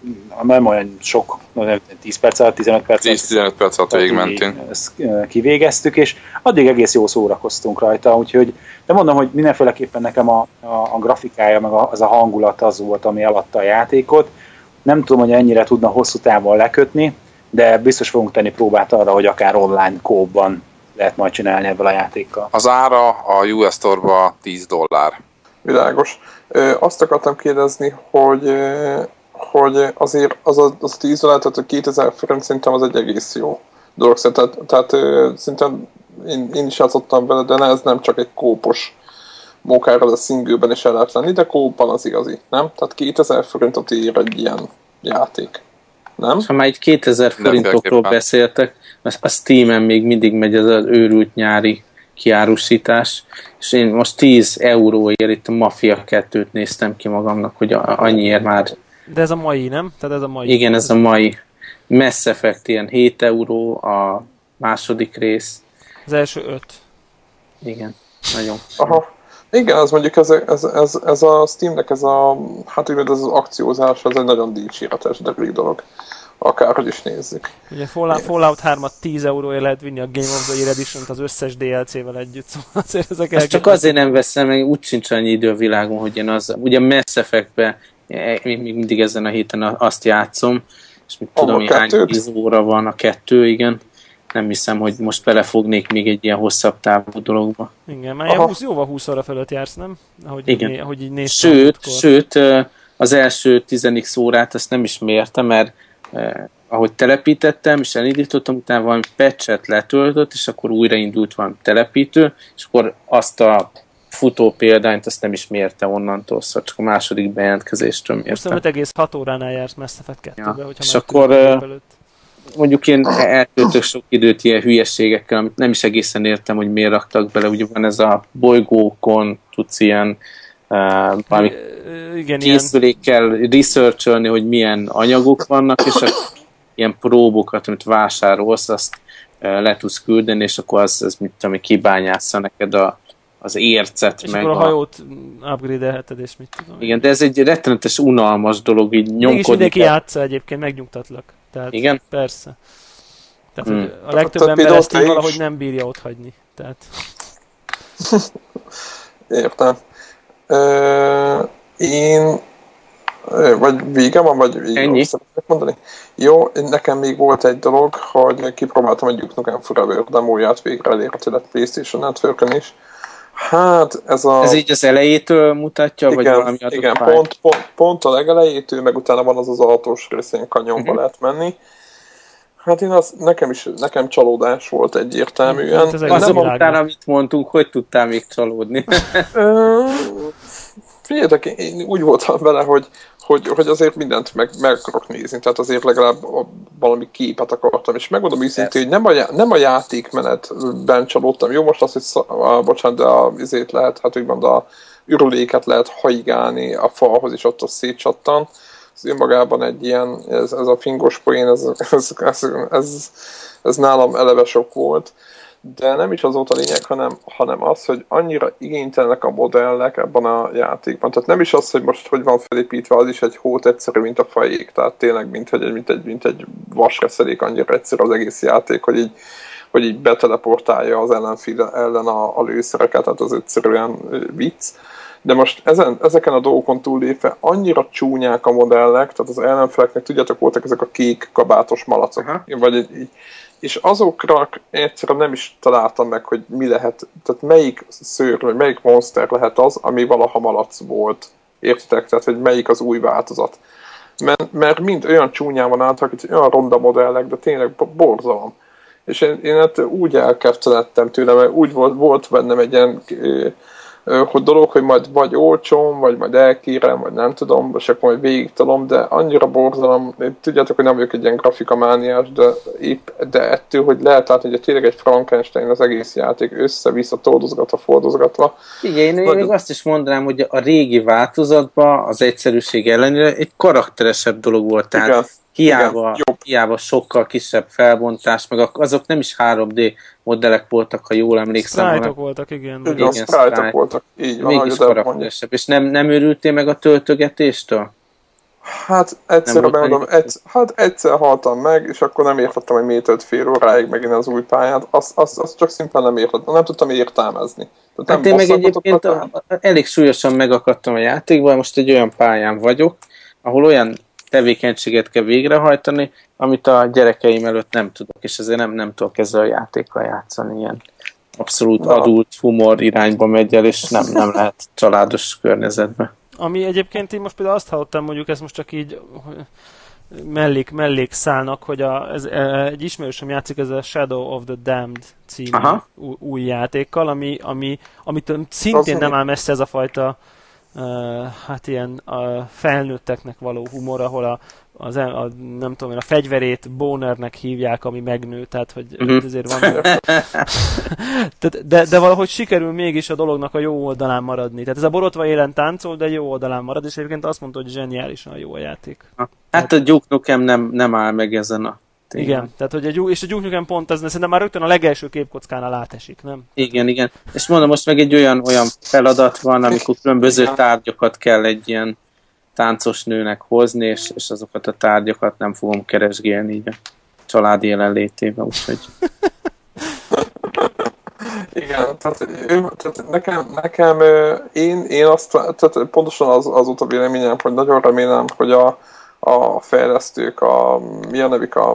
nem olyan sok, tíz perc alatt, tizenöt perc alatt. tíz-tizenöt perc alatt végigmentünk. Ezt kivégeztük, és addig egész jól szórakoztunk rajta, úgyhogy, de mondom, hogy mindenféleképpen nekem a, a, a grafikája, meg a, az a hangulat az volt, ami eladta a játékot. Nem tudom, hogy ennyire tudna hosszú távon lekötni, de biztos fogunk tenni próbát arra, hogy akár online kóban lehet majd csinálni ebből a játékkal. Az ára a u es Store-ba tíz dollár. Világos. Ö, azt akartam kérdezni, hogy, ö, hogy azért az a, az a tíz dollár, tehát a kétezer forint szerintem az egy egész jó dolog. Tehát, tehát ö, szerintem én, én is játszottam vele, de ez nem csak egy kópos mókára, a singleben is el lehet lenni, de kópban az igazi, nem? Tehát kétezer forintot ér egy ilyen játék. Nem? Ha már egy kétezer forintokról beszéltek, a Steamen még mindig megy ez az őrült nyári kiárusítás, és én most tíz euróért itt a Mafia kettőt néztem ki magamnak, hogy annyiért már... De ez a mai, nem? Tehát ez a mai. Igen, ez a mai. Mass Effect ilyen hét euró, a második rész. Az első öt. Igen, nagyon. Aha. Igen, az mondjuk ez, ez, ez, ez a Steamnek ez a, hát úgymond ez az akciózás, ez egy nagyon dicséretes dolog. Akárhogy is nézzük. Ugye Fallout, Fallout hármat tíz euróért lehet vinni a Game of the Year Edition-t az összes dé el cé-vel együtt, szóval azért ezek Ezt csak azért nem veszem meg, úgy sincs annyi idő a világon, hogy én az, ugye Mass Effect-be még mindig ezen a héten azt játszom, és mit tudom, a hány tíz óra van a kettő, igen. Nem hiszem, hogy most belefognék még egy ilyen hosszabb távú dologba. Igen, már húsz, jóval húsz óra fölött jársz, nem? Ahogy igen. Így, ahogy így néztem. Sőt, sőt, az első tíz x órát azt nem is mértem, mert eh, ahogy telepítettem, és elindítottam, utána valami patchet letöltött, és akkor újraindult valami telepítő, és akkor azt a futó példányt azt nem is mérte onnantól, szóval csak a második bejelentkezéstől mérte. huszonöt egész hat óránál jársz Mass Effect kettőbe, ja. hogyha és akkor uh, mondjuk én eltöltök sok időt ilyen hülyeségekkel, amit nem is egészen értem, hogy miért raktak bele. Ugye van ez a bolygókon, tudsz ilyen uh, valami igen, készülékkel researcholni, hogy milyen anyagok vannak, és a ilyen próbokat, amit vásárolsz, azt uh, le tudsz küldeni, és akkor az, az mit tudom, kibányásza neked a az ércet, és meg akkor a hajót upgrade-elheted, és mit tudom. Igen, de ez egy rettenetes, unalmas dolog, így nyomkodni. Mégis mindenki játsza egyébként, megnyugtatlak. Tehát igen? Persze. Tehát hmm. a legtöbb ember ezt így valahogy nem bírja otthagyni. Tehát... Értem. Ö, én vagy vége van, vagy ennyi? Szeretnék mondani? Jó, nekem még volt egy dolog, hogy kipróbáltam egy Duke Nukem Forever demóját, végre elérhető lett PlayStation Networkön is. Hát ez a... Ez így az elejétől mutatja, igen, vagy valami adott igen, pont, pont, pont a legelejétől, meg utána van az az autós részén kanyonba uh-huh. lehet menni. Hát én az, nekem is, nekem csalódás volt egyértelműen. Hát azok után, amit mondtunk, hogy tudtál még csalódni? Figyeljetek, én úgy voltam vele, hogy, hogy, hogy azért mindent meg, meg akarok nézni, tehát azért legalább valami képet akartam, és megmondom őszintén, hogy nem a, nem a játékmenetben csalódtam. Jó, most azt, hogy szá, bocsánat, de a izét lehet, hát úgymond a ürüléket lehet haigálni a falhoz, és ott az szétcsattan. Ez önmagában egy ilyen, ez, ez a fingos poén, ez, ez, ez, ez, ez nálam eleve sok volt. De nem is az volt a lényeg, hanem, hanem az, hogy annyira igénytelenek a modellek ebben a játékban. Tehát nem is az, hogy most hogy van felépítve, az is egy hót egyszerű, mint a fajék. Tehát tényleg, mint, hogy, mint, egy, mint egy vasreszelék, annyira egyszerű az egész játék, hogy így, hogy így beteleportálja az ellenfél ellen a, a lőszereket, tehát az egyszerűen vicc. De most ezen, ezeken a dolgokon túllépve annyira csúnyák a modellek, tehát az ellenfeleknek, tudjátok, voltak ezek a kék kabátos malacok. Uh-huh. Vagy így, és azokra egyszerűen nem is találtam meg, hogy mi lehet, tehát melyik szőr, vagy melyik monster lehet az, ami valaha malac volt. Értitek? Tehát, hogy melyik az új változat. Mert, mert mind olyan csúnyán van átalakítva, olyan ronda modellek, de tényleg borzalom. És én, én hát úgy elkertelettem tőle, mert úgy volt, volt bennem egy ilyen hogy dolog, hogy majd vagy olcsom, vagy majd elkérem, vagy nem tudom, és akkor majd végigtalom, de annyira borzalom, tudjátok, hogy nem vagyok egy ilyen grafikamániás, de épp, de ettől, hogy lehet látni, hogy tényleg egy Frankenstein az egész játék össze-vissza toldozgatva, fordozgatva. Igen, én még azt is mondanám, hogy a régi változatban az egyszerűség ellenére egy karakteresebb dolog volt, tehát igen. Hiába, hiába sokkal kisebb felbontás, meg azok nem is három dé modellek voltak, ha jól emlékszem. Sprite-ok voltak, igen. Igen, igen sprite-ok voltak, így van. Mégis karakteresebb. És nem, nem örültél meg a töltögetéstől? Hát egyszer, megmondom, egy, hát egyszer haltam meg, és akkor nem értettem, hogy miért öt fél óráig megint az új pályát. Azt, azt, azt csak szimplán nem értettem, nem tudtam értelmezni. Hát én meg egyébként a, a, elég súlyosan megakadtam a játékban, most egy olyan pályán vagyok, ahol olyan tevékenységet kell végrehajtani, amit a gyerekeim előtt nem tudok, és ezért nem, nem tudok ezzel a játékkal játszani. Ilyen abszolút Na. adult humor irányba megy el, és nem, nem lehet családos környezetbe. Ami egyébként én most például azt hallottam, mondjuk ez most csak így mellék, mellék szállnak, hogy a, ez, egy ismerősöm játszik, ez a Shadow of the Damned című új, új játékkal, ami, ami, amit szintén nem áll messze ez a fajta Uh, hát ilyen uh, felnőtteknek való humor, ahol a, az, a, nem tudom én, a fegyverét bonernek hívják, ami megnő, tehát hogy uh-huh. ezért van. de, de valahogy sikerül mégis a dolognak a jó oldalán maradni. Tehát ez a borotva élen táncol, de jó oldalán marad, és egyébként azt mondta, hogy zseniálisan jó a játék. Hát tehát, a Duke Nukem nem, nem áll meg ezen a tényleg. Igen, tehát hogy a, és a Duke Nukem pont ez, szerintem már rögtön a legelső képkockánál átesik, nem? Igen, igen. És mondom, most meg egy olyan, olyan feladat van, amikor különböző tárgyakat kell egy ilyen táncos nőnek hozni, és, és azokat a tárgyakat nem fogom keresgélni így a család jelenlétében, úgyhogy... Igen, tehát, ő, tehát nekem, nekem én, én azt, tehát pontosan az, az volt a véleményem, hogy nagyon remélem, hogy a, a fejlesztők, a, mi a nevük, a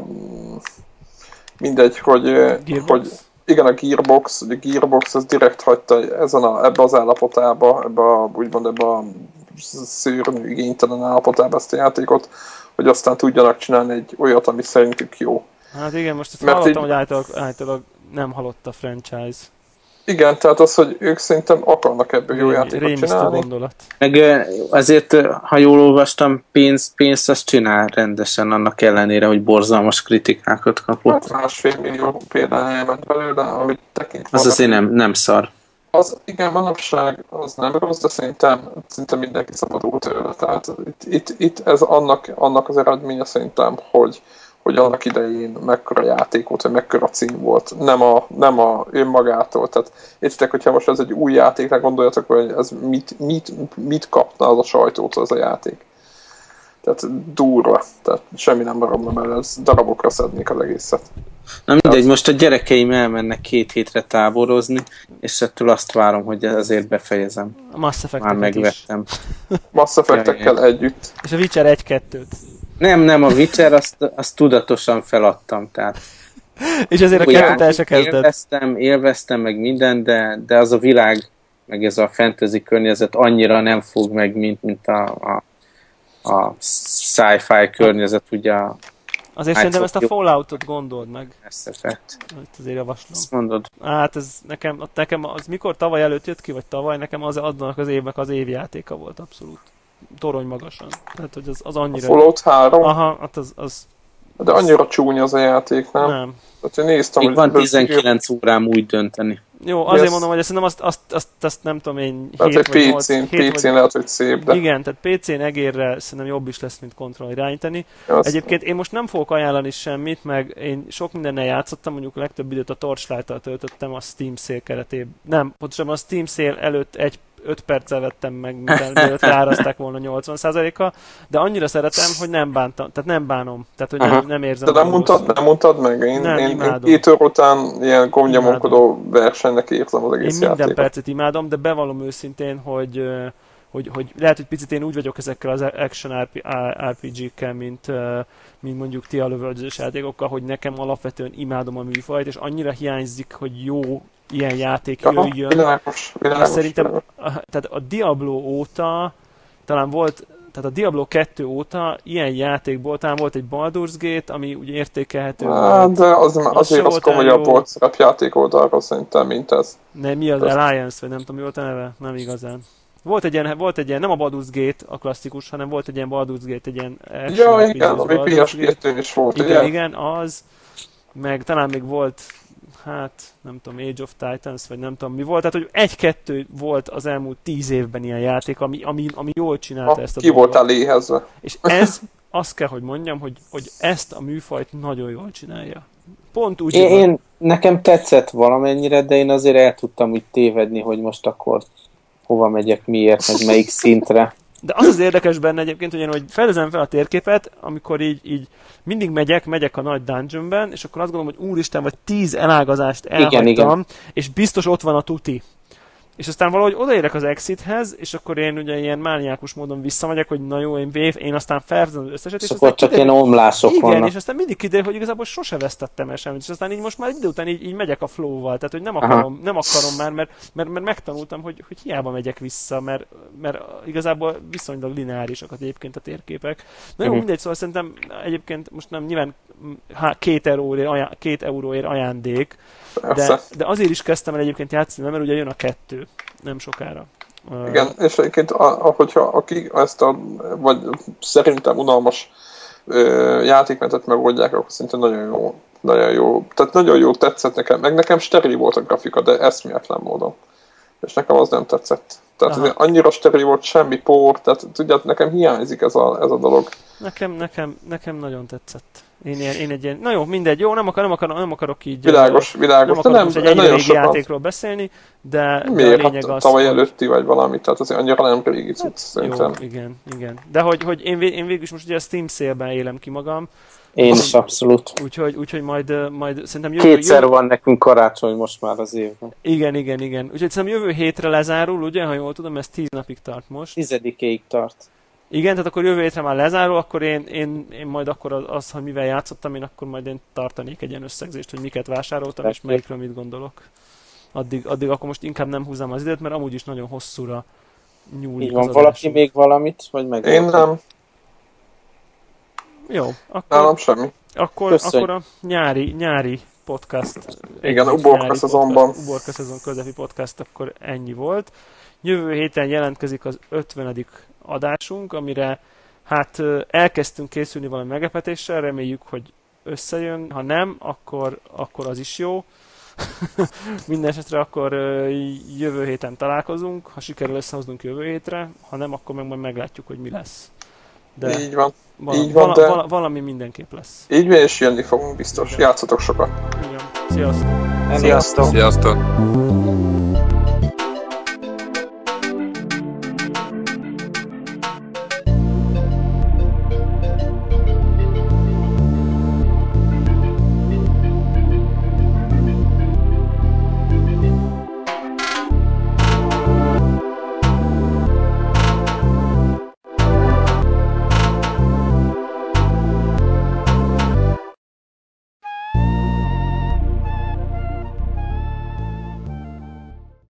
mindegy, hogy, hogy igen, a Gearbox, a Gearbox az direkt hagyta ezen a, ebbe az állapotába, ebbe a, úgymond ebbe a szörnyű, igénytelen állapotába ezt a játékot, hogy aztán tudjanak csinálni egy olyat, ami szerintük jó. Hát igen, most ezt Mert hallottam, így, hogy általában, általában nem halott a franchise. Igen, tehát az, hogy ők szerintem akarnak ebből jó játékot csinálni. Gondolat. Meg azért, ha jól olvastam, pénzt, pénzt azt csinál rendesen, annak ellenére, hogy borzalmas kritikákat kapott. Hát másfél millió például elment belőle, amit tekintve... Az azért nem, nem szar. Az, igen, manapság az nem rossz, de szerintem, szerintem mindenki szabadul tőle. Tehát itt, itt, itt ez annak, annak az eredménye szerintem, hogy hogy annak idején mekkora játék volt, vagy mekkora cím volt, nem a, nem a önmagától. Tehát értitek, hogyha most ez egy új játékra gondoljatok, hogy ez mit, mit, mit kapna az a sajtótól az a játék. Tehát durva, tehát semmi nem maradna, mert ez darabokra szednék az egészet. Na mindegy, tehát... most a gyerekeim elmennek két hétre táborozni, és ettől azt várom, hogy azért befejezem. A Mass Effect-eket már megvettem. Mass Effect-ekkel együtt. És a Witcher egy-kettőt. Nem, nem, a Witcher azt, azt tudatosan feladtam, tehát... És azért a kettőt el se kezdett. Élveztem, élveztem meg minden, de, de az a világ, meg ez a fantasy környezet annyira nem fog meg, mint, mint a, a, a sci-fi környezet, ugye. Azért szerintem ezt a Falloutot gondold meg. Mass Effect. Ezt azért javaslom. Ezt mondod. Hát ez nekem, nekem az mikor tavaly előtt jött ki, vagy tavaly, nekem az adnak az évnek az évjátéka volt abszolút. Torony magasan. Tehát, hogy az, az annyira... A Fallout három? Aha, hát az... az de annyira csúnya az a játék, nem? Nem. Tehát én néztem, még van tizenkilenc órám úgy dönteni. Jó, azért yes. mondom, hogy szerintem azt, azt, azt, azt nem tudom én... Tehát egy pé cén, pé cén vagy... lehet, hogy szép, de... Igen, tehát pé cén egérre szerintem jobb is lesz, mint kontroll irányítani. Azt Egyébként én most nem fogok ajánlani semmit, meg én sok mindennel játszottam, mondjuk a legtöbb időt a Torchlight-tal töltöttem a Steam Sale keretében. Nem, pontosabban a Steam Sale előtt egy öt perccel vettem meg, mielőtt leárazták volna nyolcvan százaléka, de annyira szeretem, hogy nem bántam, tehát nem bánom, tehát hogy nem, nem érzem. De nem mondtad, nem mondtad meg? Én, nem, én, én két óra után ilyen gomnyamonkodó versenynek érzem az egész játékot. Én minden játékot. percet imádom, de bevallom őszintén, hogy, hogy, hogy lehet, hogy picit én úgy vagyok ezekkel az action er pé gé-kkel, mint, mint mondjuk ti a lövöldözős játékokkal, hogy nekem alapvetően imádom a műfajt, és annyira hiányzik, hogy jó ilyen játék Aha, jöjjön. Világos, világos, szerintem világos. A, tehát a Diablo óta talán volt, tehát a Diablo kettő óta ilyen játékból, talán volt egy Baldur's Gate, ami ugye értékelhető Á, volt. de az, az azért az komolyabb jó. volt szerepjáték oldalról szerintem, mint ez. Nem, mi az ez... Alliance, vagy nem tudom, mi volt a neve? Nem igazán. Volt egy ilyen, volt egy ilyen, nem a Baldur's Gate a klasszikus, hanem volt egy ilyen Baldur's Gate, egy ilyen ja, igen, ami pé es kettőn is volt, igen, ugye? igen, az, meg talán még volt, hát nem tudom, Age of Titans, vagy nem tudom mi volt, tehát hogy egy-kettő volt az elmúlt tíz évben ilyen játék, ami, ami, ami jól csinálta ha, ezt a ki dolgot. voltál éhezve. És ez, azt kell, hogy mondjam, hogy, hogy ezt a műfajt nagyon jól csinálja. Pont úgy. Én, én, nekem tetszett valamennyire, de én azért el tudtam úgy tévedni, hogy most akkor hova megyek, miért, meg melyik szintre. De az az érdekes benne egyébként, ugyan, hogy felezem fel a térképet, amikor így, így mindig megyek, megyek a nagy dungeonben, és akkor azt gondolom, hogy úristen, vagy tíz elágazást elhagytam, igen, igen. És biztos ott van a tuti. És aztán valahogy odaérek az exithez, és akkor én ugye ilyen mániákus módon visszamegyek, hogy na jó, én vév, én aztán felvezem az összeset, és akkor csak kiderül, ilyen omlások igen, vannak. és aztán mindig kiderül, hogy igazából sose vesztettem el semmit, és aztán így most már idő után így, így megyek a flow-val, tehát hogy nem akarom, nem akarom már, mert, mert, mert megtanultam, hogy, hogy hiába megyek vissza, mert, mert igazából viszonylag lineárisak egyébként a térképek. Na jó, uh-huh. mindegy, szóval szerintem egyébként most nem nyilván két euróért, aján, két euróért ajándék, de, de azért is kezdtem el egyébként játszani, mert ugye jön a kettő, nem sokára. Igen, és egyébként, ahogyha aki ezt a, vagy szerintem unalmas játékmenetet megoldják, akkor szinte nagyon jó, nagyon jó, tehát nagyon jó tetszett nekem, meg nekem steril volt a grafika, de eszméletlen módon. És nekem az nem tetszett. Tehát annyira steril volt, semmi por, tehát tudjátok, nekem hiányzik ez a, ez a dolog. Nekem, nekem, nekem nagyon tetszett. Én, ilyen, én egy ilyen, na jó, mindegy, jó, nem, akar, nem, akar, nem akarok így... Világos, világos. Nem akarok most egy ennyire régi sokat... játékról beszélni, de, miért? de a lényeg hát, az... tavaly előtti vagy valami, tehát azért annyira nem régi cucc, hát, szerintem. Jó, igen, igen. De hogy, hogy én, én végül is most ugye a Steam sale-ben élem ki magam. Én is abszolút. Úgyhogy, úgyhogy majd, majd szerintem jövő... Kétszer jövő... van nekünk karácsony most már az évben. Igen, igen, igen. Úgyhogy szerintem jövő hétre lezárul, ugye, ha jól tudom, ez tíz napig tart most. Tizedikéig tart. Igen, tehát akkor jövő hétre már lezárul, akkor én, én, én majd akkor az, az, hogy mivel játszottam, én akkor majd én tartanék egy ilyen összegzést, hogy miket vásároltam, és melyikről mit gondolok. Addig, addig akkor most inkább nem húzom az időt, mert amúgy is nagyon hosszúra nyúlik. Így van, valaki még valamit? Vagy meg én nem. Jó, akkor... Nálam semmi. Akkor, akkor a nyári, nyári podcast. Igen, uborka szezonban. Uborka szezon közepi podcast, akkor ennyi volt. Jövő héten jelentkezik az ötvenedik adásunk, amire hát elkezdtünk készülni valami meglepetéssel, reméljük, hogy összejön. Ha nem, akkor, akkor az is jó. Mindenesetre akkor jövő héten találkozunk, ha sikerül összehoznunk jövő hétre, ha nem, akkor meg majd meglátjuk, hogy mi lesz. De így van. Vala, így van, vala, de... vala, valami mindenképp lesz. Így van, és jönni fogunk biztos. Igen. Játszatok sokat. Igen. Sziasztok! Sziasztok! Sziasztok!